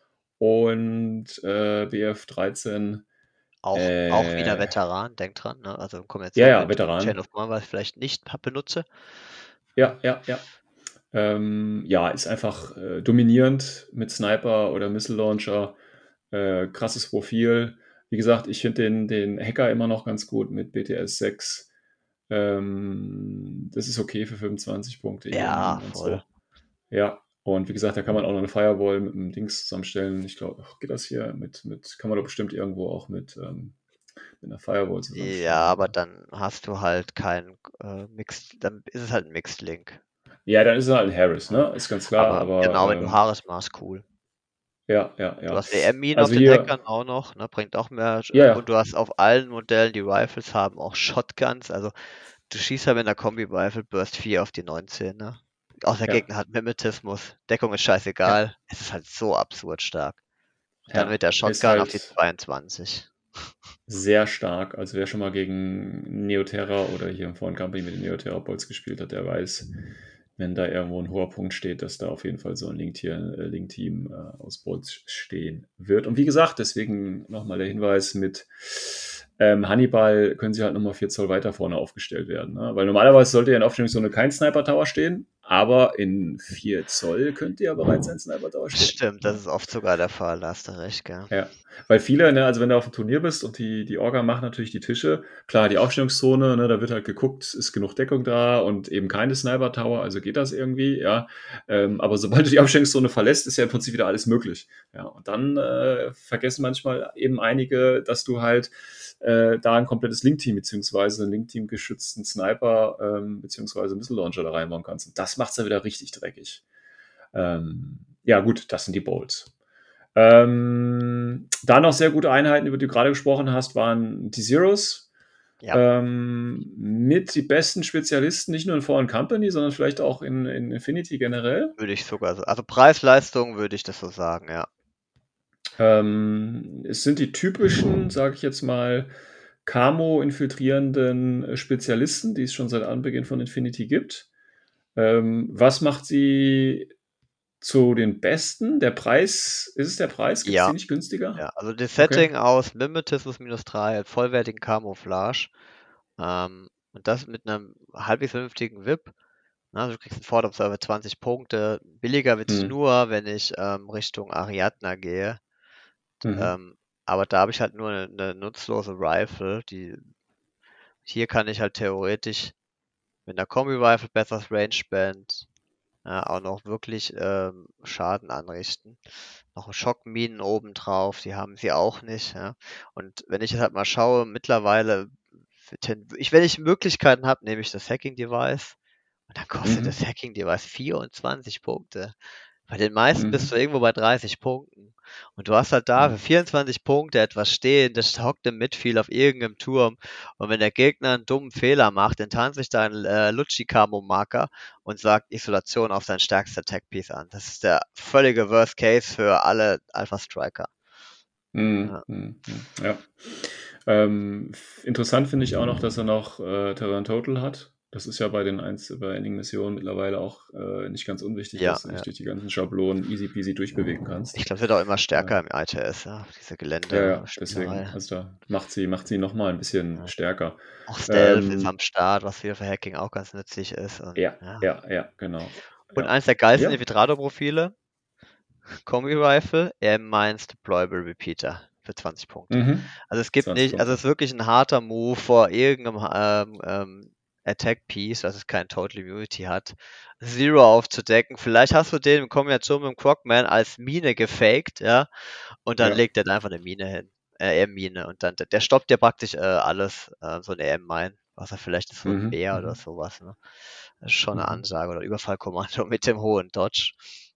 und äh, B F dreizehn. Auch, auch wieder Äh, Veteran, denk dran, ne? Also in ja, Kombination ja, mit Veteran. Chain of Command, was ich vielleicht nicht benutze. Ja, ja, ja. Ähm, ja, ist einfach äh, dominierend mit Sniper oder Missile Launcher. Äh, krasses Profil. Wie gesagt, ich finde den, den Hacker immer noch ganz gut mit B T S sechs. Ähm, das ist okay für fünfundzwanzig Punkte Ja, E M und voll. so. Ja, und wie gesagt, da kann man auch noch eine Firewall mit einem Dings zusammenstellen. Ich glaube, geht das hier mit, mit, kann man doch bestimmt irgendwo auch mit, ähm, mit einer Firewall zusammenstellen. Ja, aber dann hast du halt kein äh, Mixed, dann ist es halt ein Mixed Link. Ja, dann ist es halt ein Harris, ne? Ist ganz klar, Aber, aber genau, wenn du ähm, Harris machst, cool. ja, ja, Du ja. hast W M-Minen auf Also den hier, Hackern auch noch, ne, bringt auch mehr. ja, ja, Und du hast auf allen Modellen, die Rifles haben, auch Shotguns. Also du schießt halt mit einer Kombi-Rifle Burst vier auf die neunzehn, ne? Auch der ja, Gegner hat Mimetismus. Deckung ist ja, scheißegal. Es ist halt so absurd stark. Und dann ja. mit der Ist Shotgun auf die halt zweiundzwanzig. sehr stark. Also wer schon mal gegen Neoterra oder hier im Foreign Company mit den Neoterra Bolts gespielt hat, der weiß, wenn da irgendwo ein hoher Punkt steht, dass da auf jeden Fall so ein Link-Tier- äh, Link-Team äh, aus Bolts stehen wird. Und wie gesagt, deswegen nochmal der Hinweis mit ähm, Hannibal können sie halt nochmal vier Zoll weiter vorne aufgestellt werden. Ne? Weil normalerweise sollte ja in Aufstellungszone kein Sniper-Tower stehen, aber in vier Zoll könnte ja bereits ein Sniper-Tower stehen. Stimmt, das ist oft sogar der Fall, da hast du recht, gell? Ja, weil viele, ne, also wenn du auf dem Turnier bist und die, die Orga macht natürlich die Tische, klar, die Aufstellungszone, ne, da wird halt geguckt, ist genug Deckung da und eben keine Sniper-Tower, also geht das irgendwie, ja. Ähm, aber sobald du die Aufstellungszone verlässt, ist ja im Prinzip wieder alles möglich. Ja, und dann äh, vergessen manchmal eben einige, dass du halt äh, da ein komplettes Link-Team beziehungsweise einen Link-Team geschützten Sniper ähm, beziehungsweise Missile Launcher da reinbauen kannst. Und das macht's dann wieder richtig dreckig. Ähm, ja, gut, das sind die Bolts. Ähm, da noch sehr gute Einheiten, über die du gerade gesprochen hast, waren die Zeros. Ja. Ähm, mit die besten Spezialisten, nicht nur in Foreign Company, sondern vielleicht auch in, in Infinity generell. Würde ich sogar so. Also Preis-Leistung würde ich das so sagen, ja. Ähm, es sind die typischen, sage ich jetzt mal, Camo-infiltrierenden Spezialisten, die es schon seit Anbeginn von Infinity gibt. Ähm, was macht sie zu den besten? Der Preis, ist es der Preis? Gibt es Ja. die nicht günstiger? Ja, also das Okay. Setting aus Mimetismus minus drei, vollwertigen Camouflage, ähm, und das mit einem halbwegs vernünftigen V I P. Ne, also du kriegst einen Ford Observer zwanzig Punkte. Billiger wird es Hm. nur, wenn ich ähm, Richtung Ariadna gehe. Mhm. Ähm, aber da habe ich halt nur eine, eine nutzlose Rifle. Die, hier kann ich halt theoretisch mit einer Kombi-Rifle besseres Range-Band ja, auch noch wirklich ähm, Schaden anrichten. Noch Schockminen obendrauf, die haben sie auch nicht. Ja. Und wenn ich jetzt halt mal schaue, mittlerweile, ich, wenn ich Möglichkeiten habe, nehme ich das Hacking-Device und dann kostet Mhm. das Hacking-Device vierundzwanzig Punkte. Bei den meisten Mhm. bist du irgendwo bei dreißig Punkten. Und du hast halt da für Mhm. vierundzwanzig Punkte etwas stehen, das hockt im Midfield auf irgendeinem Turm. Und wenn der Gegner einen dummen Fehler macht, dann tanzt sich dein äh, Lucci-Camo-Marker und sagt Isolation auf sein stärkstes Attack-Piece an. Das ist der völlige Worst Case für alle Alpha-Striker. Mhm. Ja. Mhm. Ja. Ähm, f- interessant finde ich auch noch, dass er noch äh, Terran Total hat. Das ist ja bei den eins, bei einigen Missionen mittlerweile auch äh, nicht ganz unwichtig, Ja, dass du dich ja. durch die ganzen Schablonen easy peasy durchbewegen kannst. Ich glaube, es wird auch immer Ja, stärker im I T S, ja, diese ja, ja, deswegen. Gelände-Spielerei. Also da macht sie, macht sie nochmal ein bisschen Ja. stärker. Auch Stealth ist Ähm, am Start, was wieder für Hacking auch ganz nützlich ist. Und, ja, ja. ja, ja, genau. und Ja. eins der geilsten Ja. Infiltrator-Profile, Kombi-Rifle, Air Mines Deployable Repeater für zwanzig Punkte. Mhm. Also es gibt zwanzig nicht, also es Punkte. ist wirklich ein harter Move vor irgendeinem ähm, ähm, Attack-Piece, dass es kein Total Immunity hat, Zero aufzudecken. Vielleicht hast du den in Kombination mit dem Crocman als Mine gefaked, ja, und dann Ja. legt er da einfach eine Mine hin, äh, Air-Mine, und dann, der, der stoppt ja praktisch äh, alles, äh, so ein Air-Mine, was er vielleicht ist, so ein Mhm. Bär oder Mhm. sowas, ne? Das ist schon eine Mhm. Ansage, oder Überfallkommando mit dem hohen Dodge.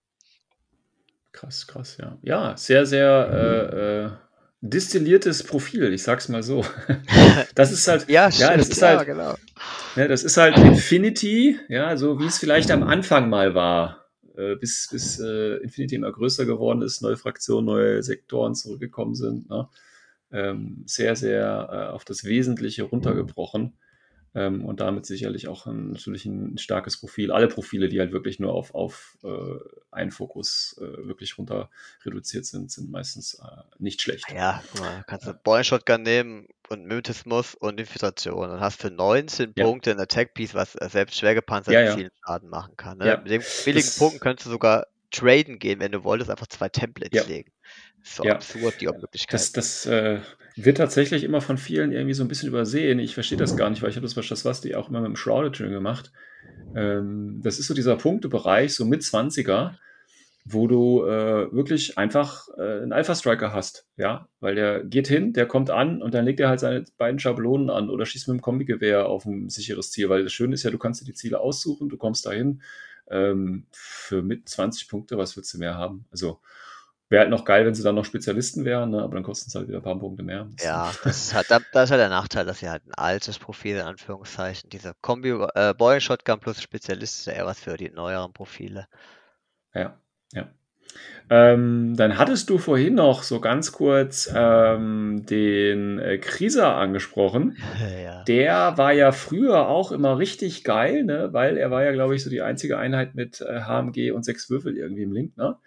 Krass, krass, ja. Ja, sehr, sehr äh, äh, destilliertes Profil, ich sag's mal so. Das ist halt, Ja, ja, das stimmt, ist ja, halt, genau. ne, das ist halt Infinity, ja, so wie es vielleicht am Anfang mal war, äh, bis, bis äh, Infinity immer größer geworden ist, neue Fraktionen, neue Sektoren zurückgekommen sind, ne? Ähm, sehr, sehr äh, auf das Wesentliche runtergebrochen. Ähm, und damit sicherlich auch ein, natürlich ein starkes Profil. Alle Profile, die halt wirklich nur auf, auf äh, einen Fokus äh, wirklich runter reduziert sind, sind meistens äh, nicht schlecht. Ja, guck mal, kannst du Ja. Boy Shotgun nehmen und Mimetismus und Infiltration. Dann hast du für neunzehn Ja. Punkte ein Attack-Piece, was äh, selbst schwer gepanzert Ja, ja. viel Schaden machen kann. Ne? Ja. Mit den billigen Das- Punkten könntest du sogar traden gehen, wenn du wolltest, einfach zwei Templates Ja. legen. So Ja. absurd, die Möglichkeit. Das, das äh, wird tatsächlich immer von vielen irgendwie so ein bisschen übersehen. Ich verstehe das gar nicht, weil ich habe das bei Shaswasti auch immer mit dem Shrouded Ring gemacht. Ähm, das ist so dieser Punktebereich, so mit zwanziger, wo du äh, wirklich einfach äh, einen Alpha-Striker hast, ja, weil der geht hin, der kommt an und dann legt er halt seine beiden Schablonen an oder schießt mit dem Kombigewehr auf ein sicheres Ziel, weil das Schöne ist ja, du kannst dir die Ziele aussuchen, du kommst dahin, ähm, für mit zwanzig Punkte, was willst du mehr haben? Also wäre halt noch geil, wenn sie dann noch Spezialisten wären, ne? Aber dann kosten es halt wieder ein paar Punkte mehr. Das Ja, das ist halt, da, da ist halt der Nachteil, dass sie halt ein altes Profil, in Anführungszeichen, diese Kombi äh, Boy Shotgun plus Spezialist ist ja eher was für die neueren Profile. Ja, ja. Ähm, dann hattest du vorhin noch so ganz kurz ähm, den äh, Krieser angesprochen. Ja. Der war ja früher auch immer richtig geil, ne? Weil er war ja, glaube ich, so die einzige Einheit mit äh, H M G und sechs Würfel irgendwie im Link. Ne?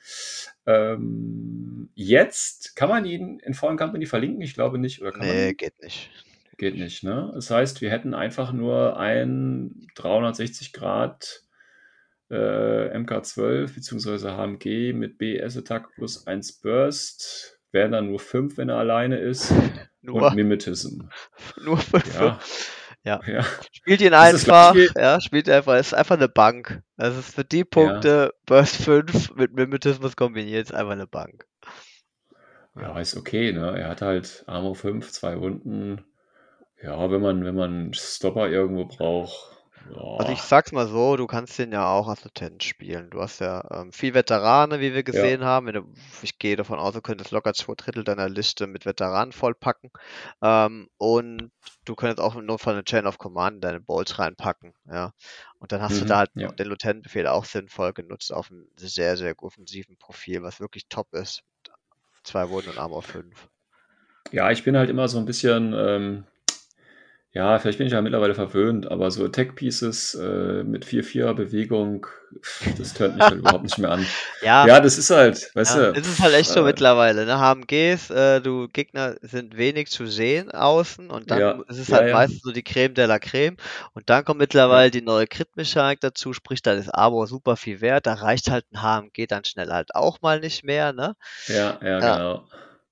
Ähm, jetzt kann man ihn in Fallen Company verlinken? Ich glaube nicht. Oder kann man Nee, ihn? geht nicht. Geht nicht. Ne? Das heißt, wir hätten einfach nur ein dreihundertsechzig Grad äh, M K zwölf bzw. H M G mit B S-Attack plus eins Burst. Wären dann nur fünf, wenn er alleine ist. Nur, Und Mimetism. nur fünf. Ja. Ja. Ja. Spielt ihn Das ist das einfach, Gleiche. ja, spielt einfach, ist einfach eine Bank. Das ist für die Punkte, Burst fünf mit Mimetismus kombiniert, ist einfach eine Bank. Ja, ist okay, ne? Er hat halt Armor fünf, zwei Wunden. Ja, wenn man, wenn man einen Stopper irgendwo braucht. Also ich Ja, sag's mal so, du kannst den ja auch als Lieutenant spielen. Du hast ja ähm, viel Veterane, wie wir gesehen ja. haben. Wenn du, ich gehe davon aus, du könntest locker zwei Drittel deiner Liste mit Veteranen vollpacken. Ähm, und du könntest auch im Notfall eine Chain of Command in deine Bolts reinpacken. Ja. Und dann hast du da Mhm, halt ja. den Lieutenant-Befehl auch sinnvoll genutzt auf einem sehr, sehr offensiven Profil, was wirklich top ist. Zwei Wunden und Armor fünf. Ja, ich bin halt immer so ein bisschen, ähm, ja, vielleicht bin ich ja mittlerweile verwöhnt, aber so Attack-Pieces äh, mit vier vier Bewegung, pff, das tönt mich halt überhaupt nicht mehr an. Ja, Ja, das ist halt, weißt ja, du, es ist halt echt pff, so äh, mittlerweile, ne? H M Gs, äh, du Gegner sind wenig zu sehen außen und dann ja, ist es ja, halt ja, meistens so die Creme de la Creme und dann kommt ja, mittlerweile die neue Crit-Mechanik dazu, sprich, da ist Armor super viel wert, da reicht halt ein H M G dann schnell halt auch mal nicht mehr, ne? ja, ja, Ja, genau.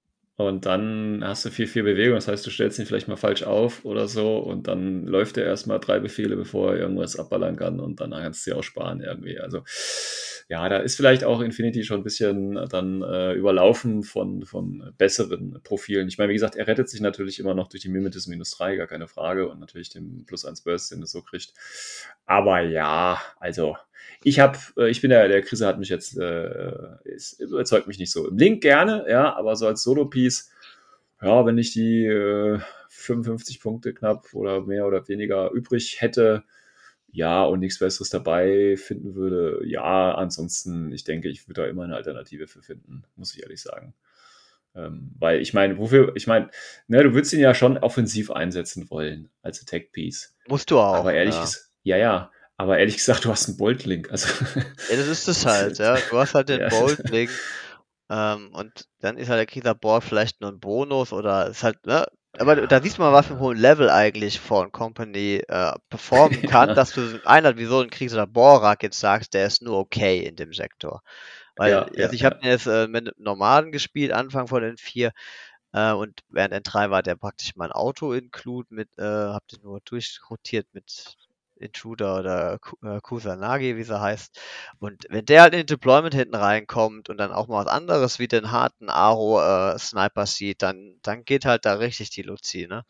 Und dann hast du viel, viel Bewegung. Das heißt, du stellst ihn vielleicht mal falsch auf oder so und dann läuft er erstmal drei Befehle, bevor er irgendwas abballern kann und dann kannst du sie auch sparen irgendwie. Also ja, da ist vielleicht auch Infinity schon ein bisschen dann äh, überlaufen von, von besseren Profilen. Ich meine, wie gesagt, er rettet sich natürlich immer noch durch die Mimetism minus drei, gar keine Frage und natürlich den plus eins Burst, den er so kriegt. Aber ja, also ich habe, äh, ich bin der, der Krise hat mich jetzt, äh, ist, überzeugt mich nicht so. Im Link gerne, ja, aber so als Solo-Piece, ja, wenn ich die äh, fünfundfünfzig Punkte knapp oder mehr oder weniger übrig hätte, ja, und nichts Besseres dabei finden würde, ja, ansonsten, ich denke, ich würde da immer eine Alternative für finden, muss ich ehrlich sagen. Ähm, weil ich meine, wofür, ich meine, ne, du würdest ihn ja schon offensiv einsetzen wollen als Attack-Piece. musst du Aber auch, ehrlich ja. gesagt, ja, ja, aber ehrlich gesagt, du hast einen Bolt-Link. Also, Ja, das ist es das halt, ist, ja. Du hast halt den ja, Bolt-Link, ähm, und dann ist halt der Kieler Board vielleicht nur ein Bonus oder ist halt, ne? Aber da siehst du ja, mal, was für ein ja, hohen Level eigentlich Fallen Company äh, performen kann, ja, dass du so einer wie so ein Kriegs- oder Borak jetzt sagst, der ist nur okay in dem Sektor. Weil, ja, also ja, ich habe ja. jetzt äh, mit Nomaden gespielt, Anfang von den vier, äh, und während N drei war der praktisch mein Auto-Include mit, äh, hab den nur durchrotiert mit Intruder oder Ku- äh, Kusanagi, wie sie heißt. Und wenn der halt in Deployment hinten reinkommt und dann auch mal was anderes wie den harten Aro-Sniper sieht, dann, dann geht halt da richtig die Luzi, ne?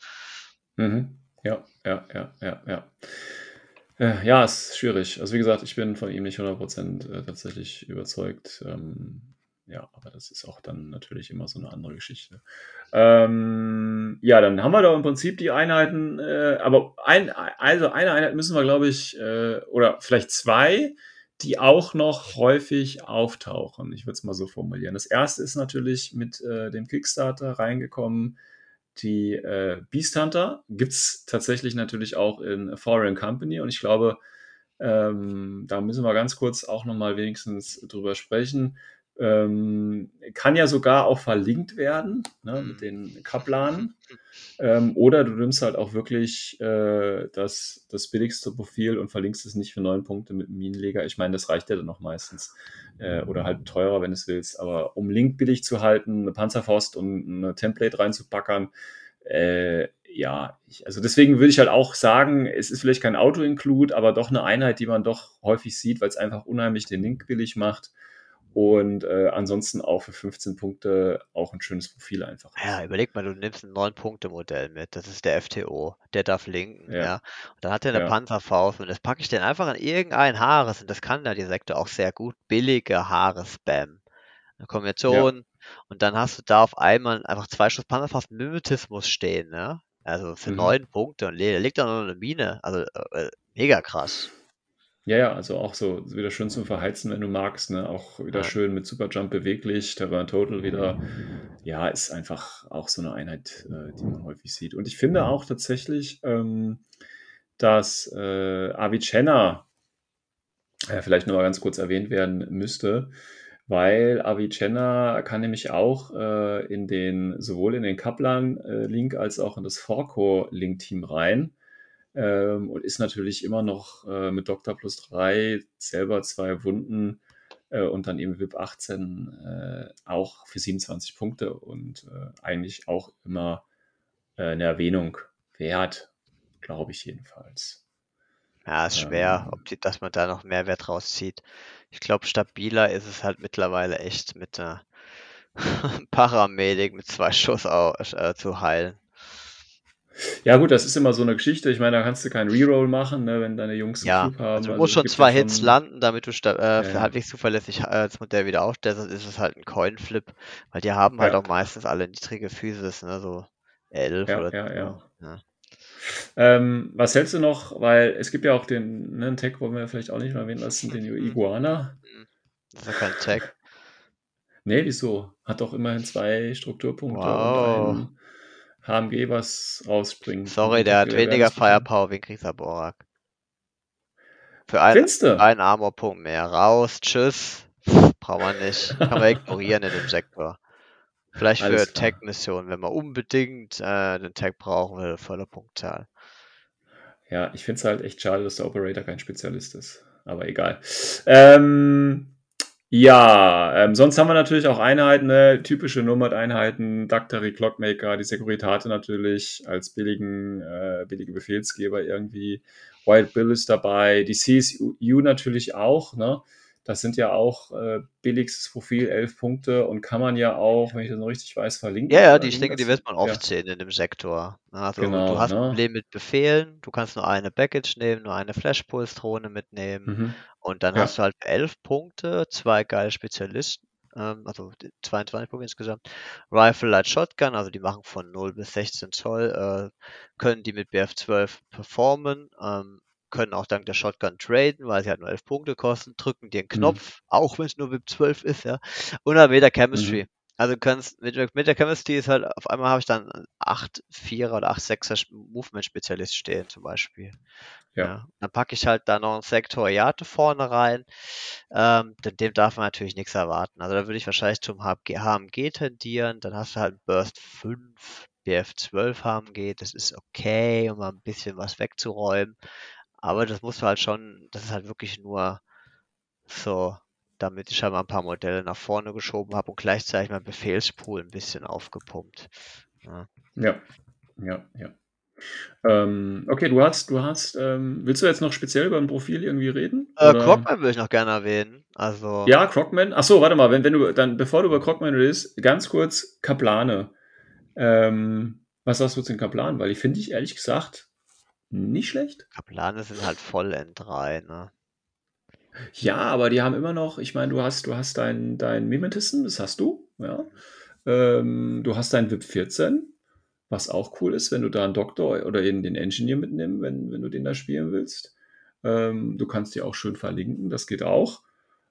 Mhm. Ja, ja, ja, ja, ja. Äh, ja, ist schwierig. Also wie gesagt, ich bin von ihm nicht hundert Prozent äh, tatsächlich überzeugt. Ähm, ja, aber das ist auch dann natürlich immer so eine andere Geschichte. Ähm, ja, dann haben wir da im Prinzip die Einheiten, äh, aber ein, also eine Einheit müssen wir, glaube ich, äh, oder vielleicht zwei, die auch noch häufig auftauchen. Ich würde es mal so formulieren. Das erste ist natürlich mit äh, dem Kickstarter reingekommen, die äh, Beast Hunter gibt es tatsächlich natürlich auch in Foreign Company und ich glaube, ähm, da müssen wir ganz kurz auch nochmal wenigstens drüber sprechen. Ähm, kann ja sogar auch verlinkt werden, ne, mit Mhm. den Kaplanen. Ähm, oder du nimmst halt auch wirklich äh, das, das billigste Profil und verlinkst es nicht für neun Punkte mit einem Minenleger. Ich meine, das reicht ja dann noch meistens. Äh, oder halt teurer, wenn du es willst. Aber um Link billig zu halten, eine Panzerfaust und eine Template reinzupackern, äh, ja, ich, also deswegen würde ich halt auch sagen, es ist vielleicht kein Auto-Include, aber doch eine Einheit, die man doch häufig sieht, weil es einfach unheimlich den Link billig macht. Und äh, ansonsten auch für fünfzehn Punkte auch ein schönes Profil einfach ist. Ja, überleg mal, du nimmst ein neun-Punkte-Modell mit. Das ist der F T O. Der darf linken, Ja, ja. Und dann hat er eine ja. Panzerfaust und das packe ich dann einfach in irgendein Haares und das kann da die Sektor auch sehr gut. Billige Haare-Spam. Eine Ja, Kombination und dann hast du da auf einmal einfach zwei Schuss Panzerfaust Mimetismus stehen, ne? Also für mhm. neun Punkte und le- da liegt da noch eine Mine. Also äh, äh, mega krass. Ja, ja, also auch so wieder schön zum Verheizen, wenn du magst, ne? Auch wieder Ja. schön mit Superjump beweglich, Terrain Total wieder. Ja, ist einfach auch so eine Einheit, äh, die man häufig sieht. Und ich finde auch tatsächlich, ähm, dass äh, Avicenna äh, vielleicht noch mal ganz kurz erwähnt werden müsste, weil Avicenna kann nämlich auch äh, in den, sowohl in den Kaplan-Link als auch in das Forco-Link-Team rein. Ähm, und ist natürlich immer noch äh, mit Doktor plus drei, selber zwei Wunden äh, und dann eben V I P achtzehn äh, auch für siebenundzwanzig Punkte und äh, eigentlich auch immer äh, eine Erwähnung wert, glaube ich jedenfalls. Ja, ist schwer, Ähm, ob die, dass man da noch Mehrwert rauszieht. Ich glaube, stabiler ist es halt mittlerweile echt mit der Paramedic mit zwei Schuss au äh, zu heilen. ja gut, das ist immer so eine Geschichte. Ich meine, da kannst du keinen Reroll machen, ne, wenn deine Jungs einen Ja, Cube haben. also du Also musst es schon gibt ja zwei Hits schon, landen, damit du sta äh, ja, für ja, halbwegs zuverlässig äh, das Modell wieder aufstellst. Sonst ist es halt ein Coinflip, weil die haben halt ja, auch meistens alle niedrige Physis, ne, so elf ja, oder ja, so. ja. Ja. Ähm, was hältst du noch, weil es gibt ja auch den, ne, einen Tag, wollen wir vielleicht auch nicht mal erwähnen lassen, den Iguana. Hm. Das ist ja kein Tag. Nee, wieso? Hat doch immerhin zwei Strukturpunkte und Wow. ein H M G, was rausspringt und Sorry, der hat integriert werden weniger das Profil. Firepower wie Kriegsabora. Für ein, Findest du? einen Armorpunkt mehr. Raus, tschüss. Braucht man nicht. Kann man ignorieren in dem Sektor. Vielleicht für Alles klar. Tag-Missionen, wenn man unbedingt äh, den Tag brauchen will, volle Punktzahl. Ja, ich finde es halt echt schade, dass der Operator kein Spezialist ist. Aber egal. Ähm, ja, ähm, sonst haben wir natürlich auch Einheiten, ne? Typische Nomad-Einheiten, Daktari, Clockmaker, die Securitate natürlich als billigen, äh, billige Befehlsgeber irgendwie. Wild Bill ist dabei, die C S U natürlich auch, ne? Das sind ja auch äh, billigstes Profil, elf Punkte und kann man ja auch, wenn ich das noch richtig weiß, Ja, verlinken ja, oder die, ich ging denke, die das? wird man Ja, oft sehen in dem Sektor. Also du genau, hast ein ne? Problem mit Befehlen, du kannst nur eine Package nehmen, nur eine Flashpulse-Drohne mitnehmen Mhm. und dann hast Ja. du halt elf Punkte, zwei geile Spezialisten, ähm, also die- zweiundzwanzig Punkte insgesamt. Rifle Light Shotgun, also die machen von null bis sechzehn Zoll, äh, können die mit B F zwölf performen, ähm, können auch dank der Shotgun traden, weil sie halt nur elf Punkte kosten, drücken dir einen Mhm. Knopf, auch wenn es nur W I P zwölf ist, ja. Und dann wieder Chemistry. Mhm. Also du kannst mit, der- mit der Chemistry ist halt, auf einmal habe ich dann acht Vierer oder acht Sechser Movement-Spezialist stehen zum Beispiel. Ja. Ja. Dann packe ich halt da noch einen Sektor Yate vorne rein. Ähm, denn dem darf man natürlich nichts erwarten. Also da würde ich wahrscheinlich zum H M G tendieren. Dann hast du halt Burst fünf, B F zwölf H M G. Das ist okay, um mal ein bisschen was wegzuräumen. Aber das musst du halt schon, das ist halt wirklich nur so, damit ich halt mal ein paar Modelle nach vorne geschoben habe und gleichzeitig mein Befehlspool ein bisschen aufgepumpt. Ja. Ja. Ja. Ja. Ähm, okay, du hast, du hast, ähm, willst du jetzt noch speziell über ein Profil irgendwie reden? Äh, Oder? Crocman würde ich noch gerne erwähnen. Also, Ja, Krogman. Ach so, warte mal, wenn, wenn du, dann, bevor du über Krogman redest, ganz kurz Kaplane. Ähm, was sagst du zu den Kaplanen? Weil die finde ich ehrlich gesagt nicht schlecht. Kaplane sind halt voll N drei, ne? Ja, aber die haben immer noch, ich meine, du hast, du hast dein, dein Mimetism, das hast du, ja. Ähm, du hast dein V I P vierzehn, was auch cool ist, wenn du da einen Doktor oder eben den Engineer mitnimmst, wenn, wenn du den da spielen willst. Ähm, du kannst die auch schön verlinken, das geht auch.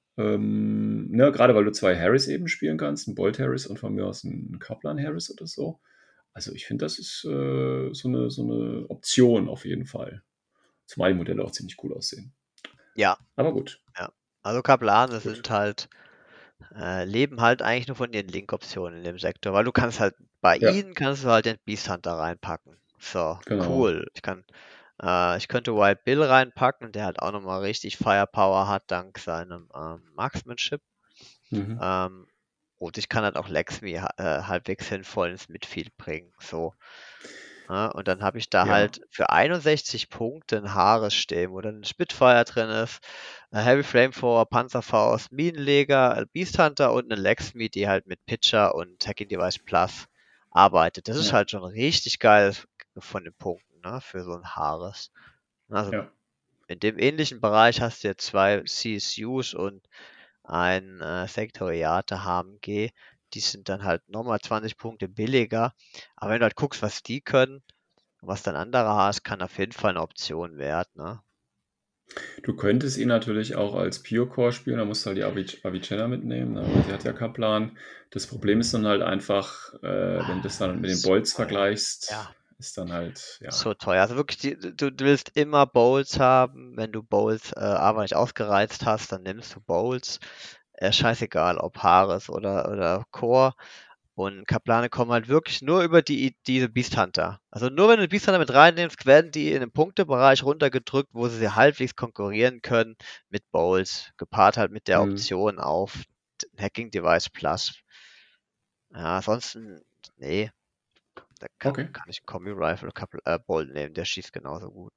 Ähm, ne, gerade weil du zwei Harris eben spielen kannst, einen Bolt Harris und von mir aus einen Kaplan Harris oder so. Also ich finde, das ist äh, so, eine, so eine Option auf jeden Fall. Zumal die Modelle auch ziemlich cool aussehen. Ja, Aber gut, ja. Also Kaplane gut. sind halt, äh, leben halt eigentlich nur von ihren Link-Optionen in dem Sektor, weil du kannst halt, bei Ja, ihnen kannst du halt den Beast Hunter reinpacken. So, genau. cool. Ich kann, äh, ich könnte Wild Bill reinpacken, der halt auch nochmal richtig Firepower hat, dank seinem ähm, Marksmanship. Mhm. Ähm, und ich kann halt auch Lexmi ha- äh, halbwegs sinnvoll ins Midfield bringen. So. Ja, und dann habe ich da Ja, halt für einundsechzig Punkte ein Haares stehen, wo dann ein Spitfire drin ist, ein Heavy Flamethrower, Panzerfaust, Minenleger, ein Beast Hunter und eine Lexmi, die halt mit Pitcher und Hacking Device Plus arbeitet. Das ist ja, halt schon richtig geil von den Punkten, ne, für so ein Haares. Also ja. in dem ähnlichen Bereich hast du jetzt zwei C S Us und ein äh, Sektoriate H M G. Die sind dann halt nochmal zwanzig Punkte billiger. Aber wenn du halt guckst, was die können, und was dann andere hast, kann auf jeden Fall eine Option werden, ne? Du könntest ihn natürlich auch als Pure Core spielen, da musst du halt die Avic- Avicenna mitnehmen, ne, weil sie hat ja Kaplan. Das Problem ist dann halt einfach, äh, wenn du das dann mit den So Bolts teuer. vergleichst, Ja, ist dann halt, ja. so teuer. Also wirklich, die, du, du willst immer Bowls haben. Wenn du Bowls äh, aber nicht ausgereizt hast, dann nimmst du Bowls. Äh, scheißegal, ob Haares oder, oder Core. Und Kaplane kommen halt wirklich nur über die, diese Beast Hunter. Also nur wenn du Beast Hunter mit reinnimmst, werden die in den Punktebereich runtergedrückt, wo sie halbwegs konkurrieren können mit Bowls, gepaart halt mit der Hm, Option auf Hacking Device Plus. Ja, ansonsten, nee, da kann, okay. kann ich einen Kombi Rifle oder Couple, äh, Bolt nehmen, der schießt genauso gut.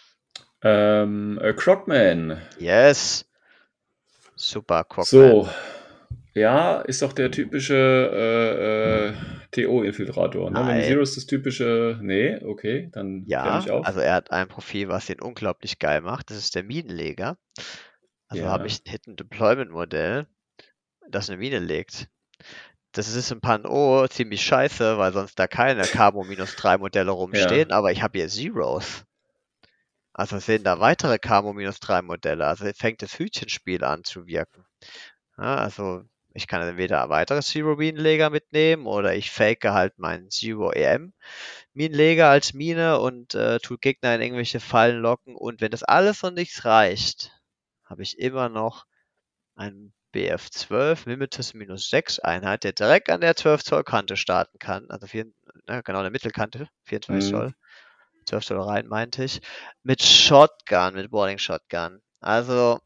Ähm, äh, Crocman. Yes, super Crockman. So, ja, ist doch der typische äh, äh, T O-Infiltrator, ne? Wenn die Nein, Zero ist das typische, nee, okay, dann klär ja, mich auf. also er hat ein Profil, was ihn unglaublich geil macht. Das ist der Minenleger. Also habe Ja, ich ein Hidden Deployment Modell, das eine Mine legt. Das ist im Pan-O ziemlich scheiße, weil sonst da keine Camo drei Modelle rumstehen, ja, aber ich habe hier Zeros. Also sehen da weitere Camo drei Modelle. Also fängt das Hütchenspiel an zu wirken. Ja, also ich kann entweder ein weiteres Zero-Minenleger mitnehmen oder ich fake halt meinen Zero-E M-Minenleger als Mine und äh, tue Gegner in irgendwelche Fallen locken. Und wenn das alles noch nichts reicht, habe ich immer noch einen B F zwölf Mimetis minus sechs Einheit, der direkt an der zwölf Zoll Kante starten kann. Also vier, na, genau, der Mittelkante, vierundzwanzig hm. Zoll. zwölf Zoll rein, meinte ich. Mit Shotgun, mit Boarding Shotgun. Also,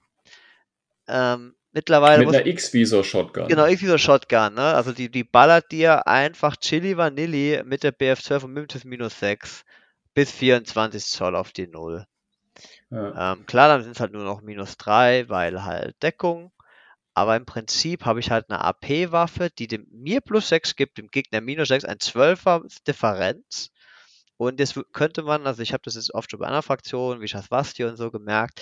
ähm, mittlerweile Mit muss einer X-Visor-Shotgun. genau, ich wie so Shotgun, ne? Also die, die ballert dir einfach Chili Vanilli mit der B F zwölf und Mimetis minus sechs bis vierundzwanzig Zoll auf die Null. Ja. Ähm, klar, dann sind es halt nur noch minus drei, weil halt Deckung. Aber im Prinzip habe ich halt eine A P-Waffe, die dem, mir plus sechs gibt, dem Gegner minus sechs, ein zwölfer Differenz. Und das w- könnte man, also ich habe das jetzt oft schon bei anderen Fraktionen, wie Shasvasti und so gemerkt,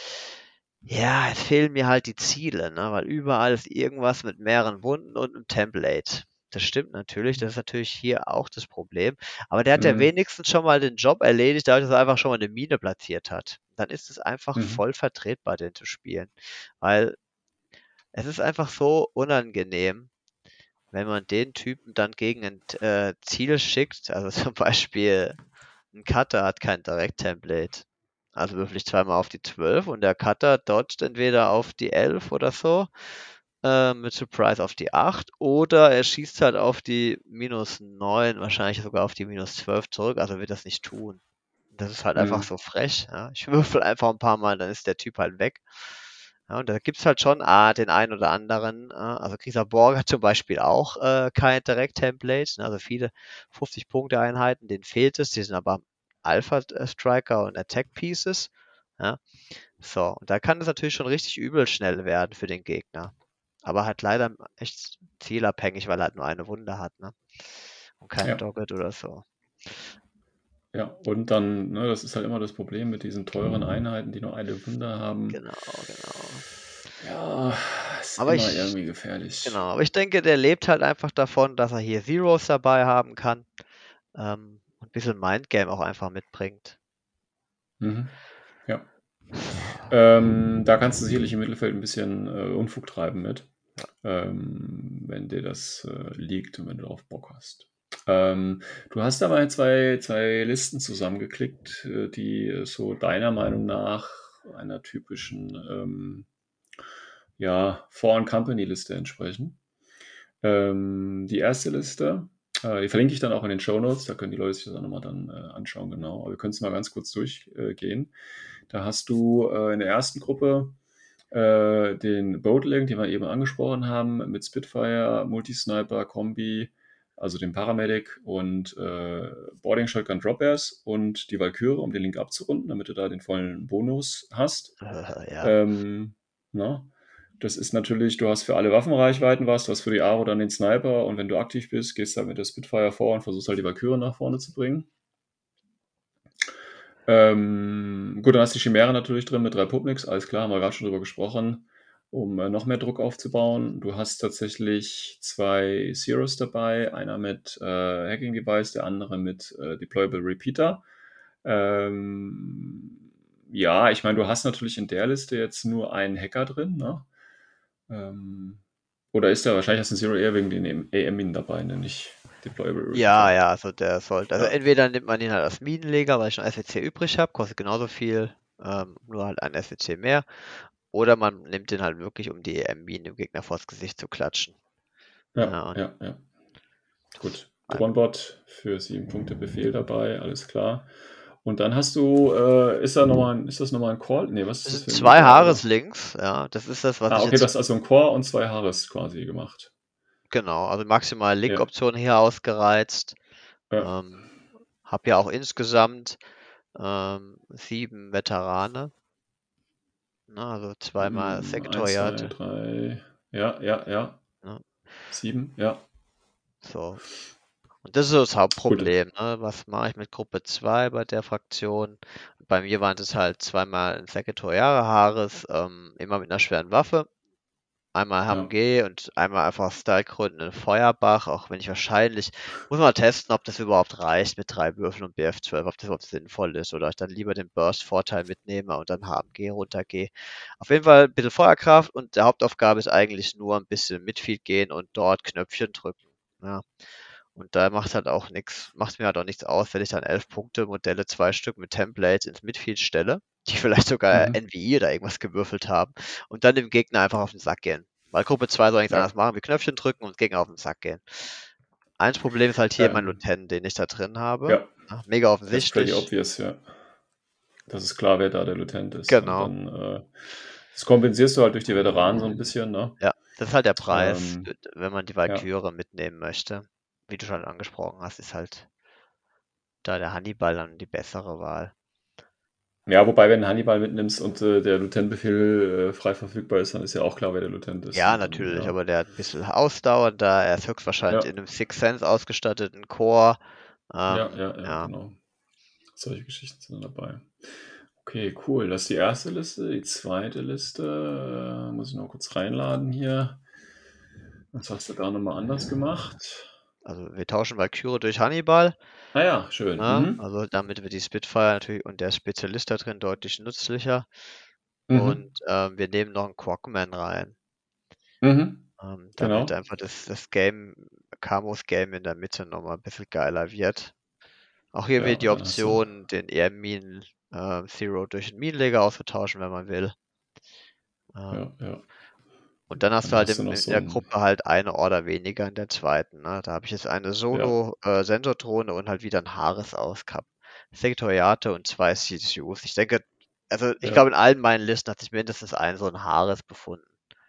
ja, es fehlen mir halt die Ziele, ne? Weil überall ist irgendwas mit mehreren Wunden und einem Template. Das stimmt natürlich, das ist natürlich hier auch das Problem. Aber der hat ja Hm. wenigstens schon mal den Job erledigt, dadurch, dass er einfach schon mal eine Mine platziert hat. Dann ist es einfach Mhm. voll vertretbar, den zu spielen. Weil es ist einfach so unangenehm, wenn man den Typen dann gegen ein äh, Ziel schickt. Also zum Beispiel ein Cutter hat kein Direct-Template. Also würfel ich zweimal auf die zwölf und der Cutter dodgt entweder auf die elf oder so, äh, mit Surprise auf die acht, oder er schießt halt auf die minus neun, wahrscheinlich sogar auf die minus zwölf zurück, also wird das nicht tun. Das ist halt einfach Hm. so frech. Ja. Ich würfel einfach ein paar Mal, dann ist der Typ halt weg. Ja, und da gibt's halt schon ah, den einen oder anderen. Äh, also Krieger Borg hat zum Beispiel auch äh, kein Direct-Template. Ne, also viele fünfzig-Punkte-Einheiten, denen fehlt es. Die sind aber Alpha-Striker und Attack-Pieces. Ja. So, und da kann es natürlich schon richtig übel schnell werden für den Gegner. Aber halt leider echt zielabhängig, weil er halt nur eine Wunde hat, ne? Und keinen Ja, Dogget oder so. ja. Und dann, ne, das ist halt immer das Problem mit diesen teuren Einheiten, die nur eine Wunde haben. Genau, genau. Ja, ist Aber immer ich, irgendwie gefährlich. genau, aber ich denke, der lebt halt einfach davon, dass er hier Zeros dabei haben kann. Ähm, und ein bisschen Mindgame auch einfach mitbringt. Mhm. Ja. Ähm, da kannst du sicherlich im Mittelfeld ein bisschen äh, Unfug treiben mit, Ja. ähm, wenn dir das äh, liegt und wenn du darauf Bock hast. Ähm, du hast dabei zwei, zwei Listen zusammengeklickt, äh, die so deiner Meinung nach einer typischen ähm, ja, Foreign-Company-Liste entsprechen. Ähm, die erste Liste, äh, die verlinke ich dann auch in den Show Notes, da können die Leute sich das auch nochmal dann äh, anschauen, genau. Aber wir können es mal ganz kurz durchgehen. Da hast du äh, in der ersten Gruppe äh, den Boatlink, den wir eben angesprochen haben, mit Spitfire, Multisniper, Kombi, also dem Paramedic und äh, Boarding Shotgun Drop Bears und die Valkyrie, um den Link abzurunden, damit du da den vollen Bonus hast. Äh, ja. Ähm, na, das ist natürlich, du hast für alle Waffenreichweiten was, du hast für die Aro dann den Sniper und wenn du aktiv bist, gehst du halt mit der Spitfire vor und versuchst halt die Valkyrie nach vorne zu bringen. Ähm, gut, dann hast du die Chimäre natürlich drin mit drei Pupniks, alles klar, haben wir gerade schon drüber gesprochen, um äh, noch mehr Druck aufzubauen. Du hast tatsächlich zwei Zeros dabei, einer mit äh, Hacking Device, der andere mit äh, Deployable Repeater. Ähm, ja, ich meine, du hast natürlich in der Liste jetzt nur einen Hacker drin, ne? Ähm, oder ist der wahrscheinlich hast du einen Zero eher wegen den A M-Minen dabei, ne? Nicht Deployable Repeater. Ja, ja, also der sollte. Also Ja. entweder nimmt man ihn halt als Minenleger, weil ich noch S W C übrig habe, kostet genauso viel, ähm, nur halt ein S W C mehr. Oder man nimmt den halt wirklich, um die E M-Minen dem Gegner vors Gesicht zu klatschen. Ja, Ja, und ja, ja. Gut. ein- Dronebot für sieben Punkte Befehl dabei, alles klar. Und dann hast du, äh, ist da noch mal ein, ist das nochmal ein Core? Nee, was ist Das das sind für ein zwei Meter? Oder? Haareslinks, ja. Das ist das, was Ah, ich okay, du jetzt hast also ein Core und zwei Haares quasi gemacht. genau, also maximale Ja, Link-Option hier ausgereizt. ja. Ähm, habe ja auch insgesamt ähm, sieben Veterane, ne, also zweimal Hm, eins, zwei, Sekretariate. drei. Ja, ja, ja. Ne, Sieben, ja. so. Und das ist so das Gut. Hauptproblem, ne? Was mache ich mit Gruppe zwei bei der Fraktion? Bei mir waren es halt zweimal ein Sekretariare Haares, ähm, immer mit einer schweren Waffe. Einmal Ja. H M G und einmal einfach aus Stylegründen in Feuerbach, auch wenn ich wahrscheinlich, muss man mal testen, ob das überhaupt reicht mit drei Würfeln und B F zwölf, ob das überhaupt sinnvoll ist oder ich dann lieber den Burst-Vorteil mitnehme und dann H M G runtergehe. Auf jeden Fall ein bisschen Feuerkraft und der Hauptaufgabe ist eigentlich nur ein bisschen Midfield gehen und dort Knöpfchen drücken. Ja. Und da macht halt auch nichts, macht mir halt auch nichts aus, wenn ich dann elf Punkte Modelle, zwei Stück mit Templates ins Midfield stelle, die vielleicht sogar Mhm. N V I oder irgendwas gewürfelt haben und dann dem Gegner einfach auf den Sack gehen. Weil Gruppe zwei soll nichts Ja. anderes machen, wie Knöpfchen drücken und Gegner auf den Sack gehen. Ein Problem ist halt hier mein Ähm, Lieutenant, den ich da drin habe. ja, Ja, mega that's pretty offensichtlich. obvious, ja. Das ist klar, wer da der Lieutenant ist. Und Genau. dann, äh, das kompensierst du halt durch die Veteranen so ein bisschen, ne? Ja, das ist halt der Preis, Ähm, wenn man die ja. Valkyrie mitnehmen möchte. Wie du schon angesprochen hast, ist halt da der Hannibal dann die bessere Wahl. Ja, wobei, wenn du Hannibal mitnimmst und äh, der Lieutenant-Befehl äh, frei verfügbar ist, dann ist ja auch klar, wer der Lieutenant ist. Ja, Und dann, natürlich, ja. aber der hat ein bisschen Ausdauer da. Er ist höchstwahrscheinlich Ja, in einem Sixth Sense ausgestatteten Core. ja, Ähm, ja, ja, ja, genau. Solche Geschichten sind dann dabei. Okay, cool. Das ist die erste Liste. Die zweite Liste äh, muss ich noch kurz reinladen hier. Was hast du da nochmal anders gemacht? also wir tauschen Valkyrie durch Hannibal. Ah ja, schön. Ne? Mhm. Also damit wird die Spitfire natürlich und der Spezialist da drin deutlich nützlicher. Mhm. Und ähm, wir nehmen noch einen Quackman rein. Mhm. Ähm, damit Genau. einfach das, das Game, Camos Game in der Mitte nochmal ein bisschen geiler wird. Auch hier Ja, wird die und dann hast du. Option, den eher Minen äh, Zero durch einen Minenleger auszutauschen, wenn man will. Ähm, Ja, ja. Und dann hast du Dann halt hast du im, noch in so der ein. Gruppe halt eine Order weniger in der zweiten. Ne? Da habe ich jetzt eine Ja, Solo-Sensordrohne und halt wieder ein Haares auskap. Sekretariate und zwei C S Us. Ich denke, also ich glaube, ja. in allen meinen Listen hat sich mindestens ein so ein Haares befunden.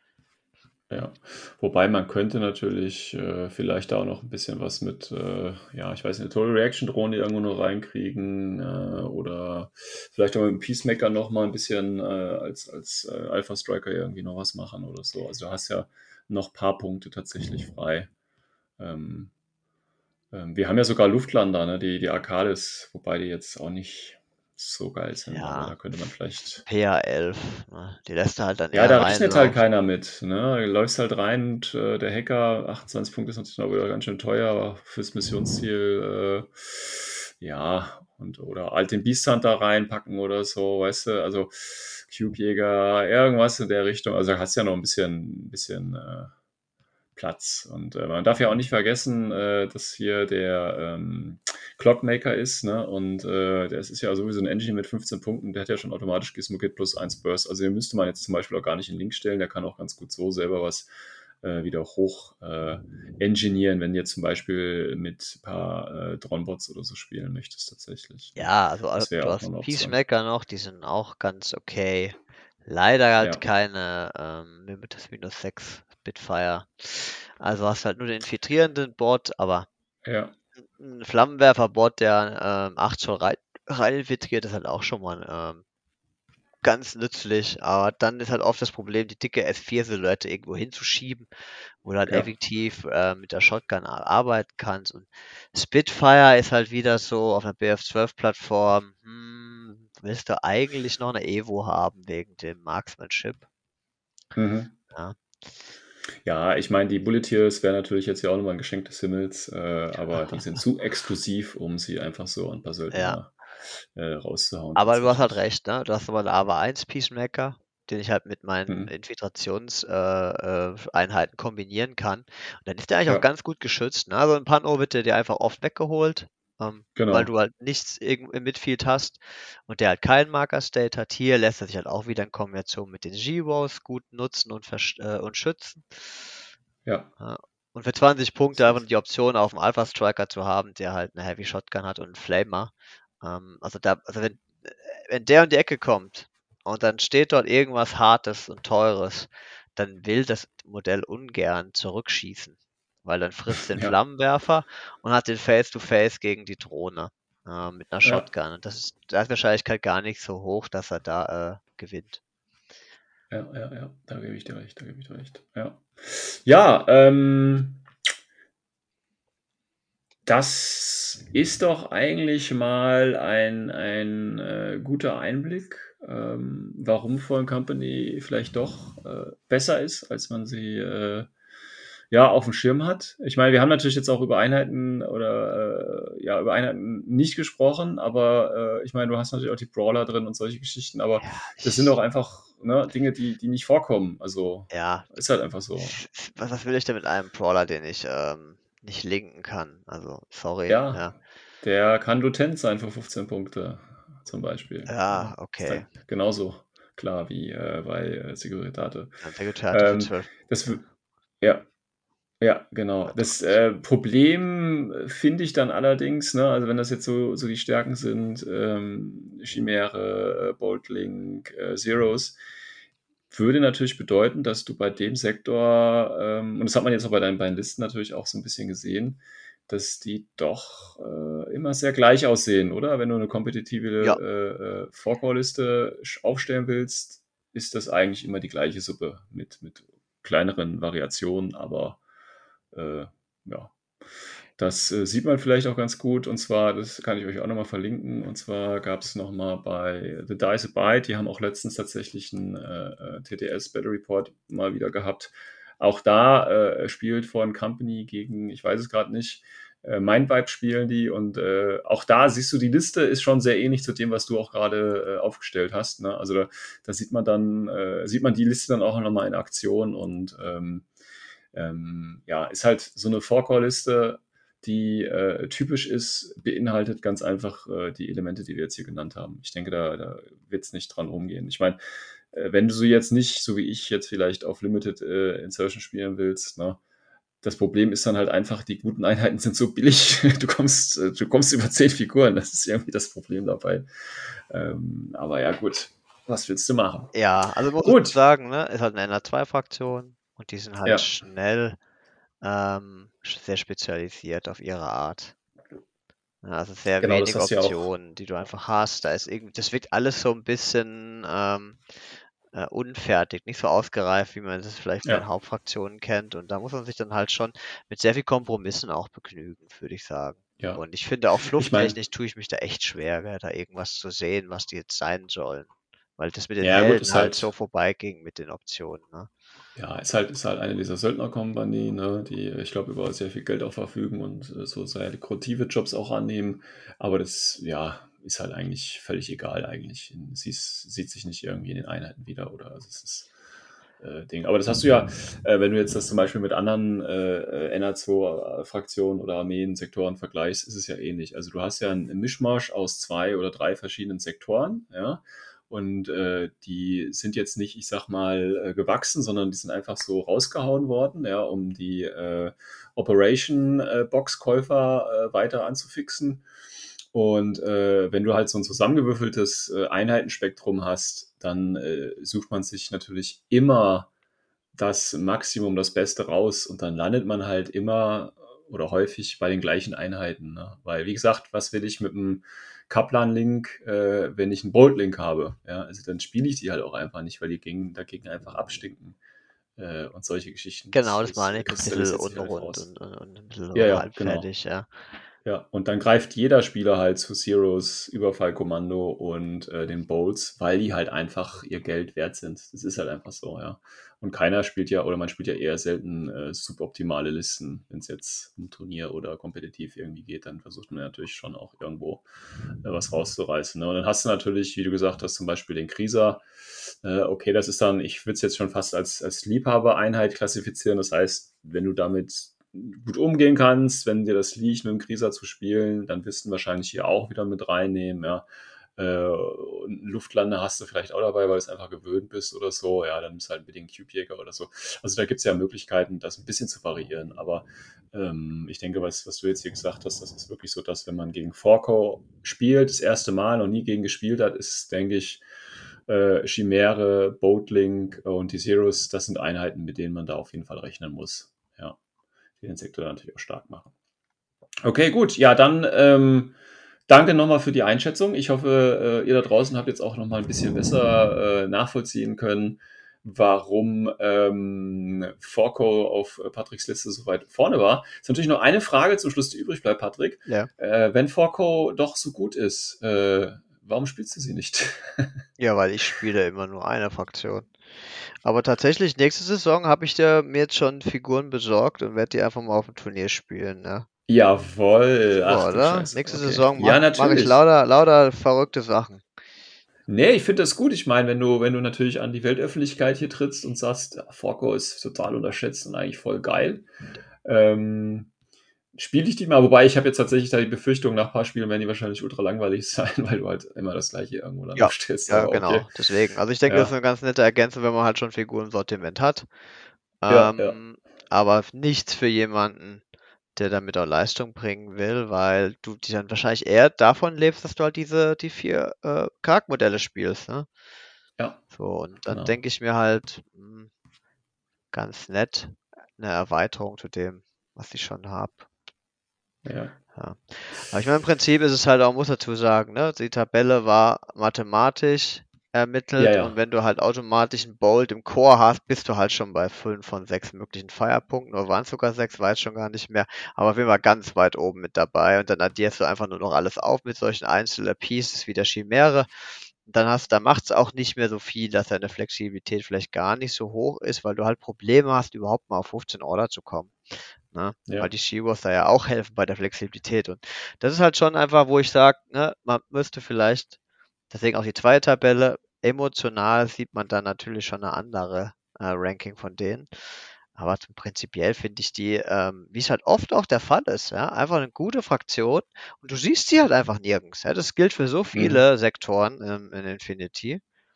Ja, wobei man könnte natürlich äh, vielleicht da auch noch ein bisschen was mit, äh, ja, ich weiß nicht, eine Total Reaction Drohne irgendwo noch reinkriegen äh, oder vielleicht auch mit dem Peacemaker noch mal ein bisschen äh, als, als äh, Alpha Striker irgendwie noch was machen oder so. Also du hast ja noch ein paar Punkte tatsächlich frei. Ähm, ähm, wir haben ja sogar Luftlander, ne, die, die Arcades, wobei die jetzt auch nicht so geil sind, aber da Ja, könnte man vielleicht. P A elf. Ne? Die lässt du halt dann Ja, eher da rechnet halt reinlaufen. keiner mit. Ne? Du läufst halt rein und äh, der Hacker, achtundzwanzig Punkte ist natürlich noch wieder ganz schön teuer, aber fürs Missionsziel, äh, ja, und oder halt den Beast Hunter reinpacken oder so, weißt du, also Cube-Jäger, irgendwas in der Richtung. Also da hast du ja noch ein bisschen, ein bisschen äh, Platz. Und äh, man darf ja auch nicht vergessen, äh, dass hier der ähm, Clockmaker ist, ne? Und äh, das ist ja sowieso ein Engine mit fünfzehn Punkten, der hat ja schon automatisch Gizmo Kit plus eins Burst. Also den müsste man jetzt zum Beispiel auch gar nicht in den Link stellen, der kann auch ganz gut so selber was äh, wieder hoch äh, engineeren, wenn du jetzt zum Beispiel mit ein paar äh, Dronbots oder so spielen möchtest tatsächlich. Ne? Ja, also äh, Das wäre du auch noch hast eine Option. Peacemaker noch, die sind auch ganz okay. Leider halt Ja. keine ähm, Limites minus sechs Spitfire. Also hast halt nur den infiltrierenden Bot, aber Ja, ein Flammenwerfer-Bot, der ähm, acht Zoll rein, rein infiltriert, ist halt auch schon mal ähm, ganz nützlich. Aber dann ist halt oft das Problem, die dicke S vier Silhouette irgendwo hinzuschieben, wo du halt ja. effektiv äh, mit der Shotgun ar- arbeiten kannst. Und Spitfire ist halt wieder so auf einer B F zwölf Plattform, hm, willst du eigentlich noch eine Evo haben wegen dem Marksmanship? Mhm. Ja. Ja, ich meine, die Bulleteers wären natürlich jetzt ja auch nochmal ein Geschenk des Himmels, äh, aber die sind zu exklusiv, um sie einfach so an ein paar Ja. Söldner äh, rauszuhauen. Aber du hast halt tatsächlich. recht, ne? Du hast aber einen A W eins Peacemaker, den ich halt mit meinen Mhm. Infiltrationseinheiten äh, äh, Einheiten kombinieren kann. Und dann ist der eigentlich auch Ja, ganz gut geschützt. Ne? Also ein Pano wird dir dir einfach oft weggeholt, ähm, weil du genau. halt nichts irgend- im Midfield hast und der halt keinen Marker-State hat. Hier lässt er sich halt auch wieder in Kombination mit den G-Wows gut nutzen und, versch- äh, und schützen. Ja, Ja. Und für zwanzig Punkte sehr, einfach die Option auf dem Alpha Striker zu haben, der halt eine Heavy Shotgun hat und einen Flamer. Ähm, also da, also wenn, wenn der um die Ecke kommt und dann steht dort irgendwas Hartes und Teures, dann will das Modell ungern zurückschießen, weil dann frisst den ja, Flammenwerfer und hat den Face-to-Face gegen die Drohne äh, mit einer ja, Shotgun. Und das ist, da ist die Wahrscheinlichkeit gar nicht so hoch, dass er da äh, gewinnt. ja, ja, ja, da gebe ich dir recht, da gebe ich dir recht. Ja, ja ähm, das ist doch eigentlich mal ein, ein äh, guter Einblick, ähm, warum Fallen Company vielleicht doch äh, besser ist, als man sie äh, ja auf dem Schirm hat. Ich meine, wir haben natürlich jetzt auch über Einheiten oder äh, ja über Einheiten nicht gesprochen, aber äh, ich meine, du hast natürlich auch die Brawler drin und solche Geschichten, aber Ja, das sind doch ich, einfach ne, Dinge, die, die nicht vorkommen. Also ja, ist halt einfach so. was, was will ich denn mit einem Brawler, den ich ähm, nicht linken kann? Also, sorry, Ja, ja. der kann Lutent sein für fünfzehn Punkte zum Beispiel. Ja, Ne? Ist okay. halt genauso klar wie äh, bei äh, Securitate. Dann Sekretär für Ähm, zwölf. das, w- ja, ja, genau. Warte Das kurz. äh, Problem äh, finde ich dann allerdings, ne, also wenn das jetzt so, so die Stärken sind, ähm, Chimäre, äh, Boltlink, äh, Zeros, würde natürlich bedeuten, dass du bei dem Sektor, ähm, und das hat man jetzt auch bei deinen beiden Listen natürlich auch so ein bisschen gesehen, dass die doch äh, immer sehr gleich aussehen, oder? Wenn du eine kompetitive Ja, äh, äh, Vorcall-Liste sch- aufstellen willst, ist das eigentlich immer die gleiche Suppe mit, mit kleineren Variationen, aber äh, ja, das äh, sieht man vielleicht auch ganz gut. Und zwar, das kann ich euch auch nochmal verlinken. Und zwar gab es nochmal bei The Dice a Byte, die haben auch letztens tatsächlich einen äh, äh, T T S Battle Report mal wieder gehabt. Auch da äh, spielt Foreign Company gegen, ich weiß es gerade nicht, äh, Mindvibe spielen die. Und äh, auch da siehst du, die Liste ist schon sehr ähnlich zu dem, was du auch gerade äh, aufgestellt hast. Ne? Also da, da sieht man dann, äh, sieht man die Liste dann auch nochmal in Aktion und ähm, ähm, ja, ist halt so eine Four-Core-Liste, die äh, typisch ist, beinhaltet ganz einfach äh, die Elemente, die wir jetzt hier genannt haben. Ich denke, da, da wird es nicht dran rumgehen. Ich meine, äh, wenn du so jetzt nicht, so wie ich jetzt vielleicht auf Limited äh, Insertion spielen willst, ne, das Problem ist dann halt einfach, die guten Einheiten sind so billig, du kommst, äh, du kommst über zehn Figuren, das ist irgendwie das Problem dabei. Ähm, aber ja, gut, was willst du machen? ja, also muss ich Gut, sagen, ne, ist halt eine N R zwei Fraktion und die sind halt ja, schnell, ähm, sehr spezialisiert auf ihre Art. Ja, also sehr genau, das wenig hast du ja auch. Optionen, die du einfach hast. Da ist irgendwie, das wirkt alles so ein bisschen ähm, äh, unfertig, nicht so ausgereift, wie man das vielleicht bei den Ja, Hauptfraktionen kennt. Und da muss man sich dann halt schon mit sehr viel Kompromissen auch begnügen, würde ich sagen. ja. Und ich finde auch Ich meine, flufftechnisch tue ich mich da echt schwer, gell, da irgendwas zu sehen, was die jetzt sein sollen. Weil das mit den ja gut, Helden ist halt so halt, vorbeiging mit den Optionen, ne? ja, ist halt, ist halt eine dieser Söldnerkompanie, ne, die, ich glaube, über sehr viel Geld auch verfügen und äh, so sehr lukrative Jobs auch annehmen. Aber das, ja, ist halt eigentlich völlig egal eigentlich. Sie sieht sich nicht irgendwie in den Einheiten wieder oder also es ist äh, Ding. Aber das hast du ja, äh, wenn du jetzt das zum Beispiel mit anderen äh, N R zwei-Fraktionen oder Armeen, Sektoren vergleichst, ist es ja ähnlich. Also du hast ja einen Mischmasch aus zwei oder drei verschiedenen Sektoren, ja. Und äh, die sind jetzt nicht, ich sag mal, äh, gewachsen, sondern die sind einfach so rausgehauen worden, ja, um die äh, Operation-Box-Käufer äh, weiter anzufixen. Und äh, wenn du halt so ein zusammengewürfeltes äh, Einheitenspektrum hast, dann äh, sucht man sich natürlich immer das Maximum, das Beste raus und dann landet man halt immer oder häufig bei den gleichen Einheiten. Ne? Weil, wie gesagt, was will ich mit einem Kaplan-Link, äh, wenn ich einen Bolt-Link habe? Ja, also dann spiele ich die halt auch einfach nicht, weil die gegen, dagegen einfach abstinken. Äh, und solche Geschichten. Genau, Das, das das meine ich, ein bisschen kristallisiert sich halt unrund raus. und, und, und ein bisschen Ja, ja, genau. halbfertig, ja. Ja, und dann greift jeder Spieler halt zu Zeros Überfallkommando und äh, den Bolts, weil die halt einfach ihr Geld wert sind. Das ist halt einfach so, ja. Und keiner spielt ja, oder man spielt ja eher selten äh, suboptimale Listen. Wenn es jetzt um Turnier oder kompetitiv irgendwie geht, dann versucht man natürlich schon auch irgendwo äh, was rauszureißen. Ne? Und dann hast du natürlich, wie du gesagt hast, zum Beispiel den Krieger. Äh, okay, das ist dann, ich würde es jetzt schon fast als, als Liebhabereinheit klassifizieren. Das heißt, wenn du damit gut umgehen kannst, wenn dir das liegt, mit dem Krieger zu spielen, dann wirst du ihn wahrscheinlich hier auch wieder mit reinnehmen, ja. Äh, und Luftlande hast du vielleicht auch dabei, weil du es einfach gewöhnt bist oder so, ja, dann bist du halt mit dem Cube-Jäger oder so. Also da gibt es ja Möglichkeiten, das ein bisschen zu variieren, aber ähm, ich denke, was, was du jetzt hier gesagt hast, das ist wirklich so, dass wenn man gegen Forco spielt, das erste Mal noch nie gegen gespielt hat, ist, denke ich, äh, Chimäre, Boatlink und die Zeros, das sind Einheiten, mit denen man da auf jeden Fall rechnen muss, ja. Die den Sektor natürlich auch stark machen. Okay, gut. Ja, dann ähm, danke nochmal für die Einschätzung. Ich hoffe, äh, ihr da draußen habt jetzt auch nochmal ein bisschen besser äh, nachvollziehen können, warum ähm, Forco auf Patricks Liste so weit vorne war. Ist natürlich noch eine Frage zum Schluss, die übrig bleibt, Patrick. Ja. Äh, wenn Forco doch so gut ist, äh, warum spielst du sie nicht? Ja, weil ich spiele immer nur eine Fraktion. Aber tatsächlich, nächste Saison habe ich da mir jetzt schon Figuren besorgt und werde die einfach mal auf dem Turnier spielen, ne? Jawohl. Super, Ach du oder? Scheiße. Nächste Okay. Saison Ja, mache mach ich natürlich. lauter, lauter verrückte Sachen. Nee, ich finde das gut. Ich meine, wenn du, wenn du natürlich an die Weltöffentlichkeit hier trittst und sagst, ja, Forco ist total unterschätzt und eigentlich voll geil, ähm, spiele ich die mal. Wobei ich habe jetzt tatsächlich da die Befürchtung, nach ein paar Spielen werden die wahrscheinlich ultra langweilig sein, weil du halt immer das gleiche irgendwo dann Ja, aufstellst. ja, Aber okay. genau. Deswegen. Also ich denke, das ist Ja, eine ganz nette Ergänzung, wenn man halt schon Figuren im Sortiment hat. ja, ja. Ähm, aber nichts für jemanden, der damit auch Leistung bringen will, weil du die dann wahrscheinlich eher davon lebst, dass du halt diese, die vier äh, Charaktermodelle spielst, ne? Ja, So, und dann genau. denke ich mir halt, mh, ganz nett, eine Erweiterung zu dem, was ich schon habe. Ja. Ja. Aber ich meine, im Prinzip ist es halt auch, muss dazu sagen, ne, die Tabelle war mathematisch Ja, ermittelt und ja. wenn du halt automatisch einen Bolt im Core hast, bist du halt schon bei fünf von sechs möglichen Feierpunkten oder waren es sogar sechs, weiß schon gar nicht mehr, aber auf jeden Fall ganz weit oben mit dabei und dann addierst du einfach nur noch alles auf mit solchen einzelnen Pieces wie der Chimäre. Und dann hast, dann macht es auch nicht mehr so viel, dass deine Flexibilität vielleicht gar nicht so hoch ist, weil du halt Probleme hast, überhaupt mal auf fünfzehn Order zu kommen. Ne? Weil Ja. die Shiwas da ja auch helfen bei der Flexibilität. Und das ist halt schon einfach, wo ich sage, ne, man müsste vielleicht, deswegen auch die zweite Tabelle, emotional sieht man dann natürlich schon eine andere äh, Ranking von denen. Aber zum prinzipiell finde ich die, ähm, wie es halt oft auch der Fall ist, ja, einfach eine gute Fraktion und du siehst sie halt einfach nirgends. Ja. Das gilt für so Mhm. viele Sektoren ähm, in Infinity.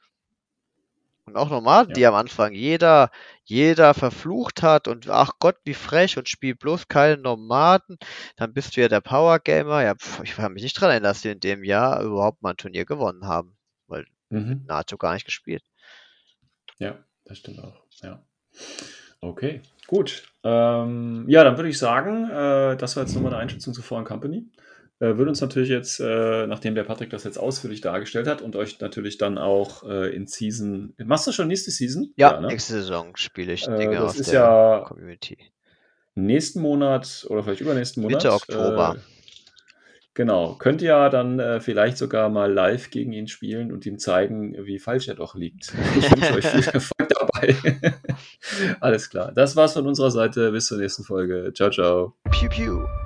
Und auch Nomaden, die Ja. am Anfang jeder, jeder verflucht hat und ach Gott, wie frech und spiel bloß keine Nomaden, dann bist du ja der Power Gamer. Ja, pf, ich kann mich nicht dran erinnern, dass die in dem Jahr überhaupt mal ein Turnier gewonnen haben, weil Mhm. nahezu gar nicht gespielt. Ja, das stimmt auch. Ja. Okay, gut. Ähm, ja, dann würde ich sagen, äh, das war jetzt nochmal eine Einschätzung zu Foreign Company. Äh, würde uns natürlich jetzt, äh, nachdem der Patrick das jetzt ausführlich dargestellt hat und euch natürlich dann auch äh, in Season. Machst du schon nächste Season? Ja, Ja, ne? nächste Saison spiele ich Äh, Dinge das aus ist der ja Community. nächsten Monat oder vielleicht übernächsten Mitte Monat. Oktober. Äh, genau. Könnt ihr ja dann äh, vielleicht sogar mal live gegen ihn spielen und ihm zeigen, wie falsch er doch liegt. Ich wünsche euch viel Erfolg dabei. Alles klar. Das war's von unserer Seite. Bis zur nächsten Folge. Ciao, ciao. Piu, piu.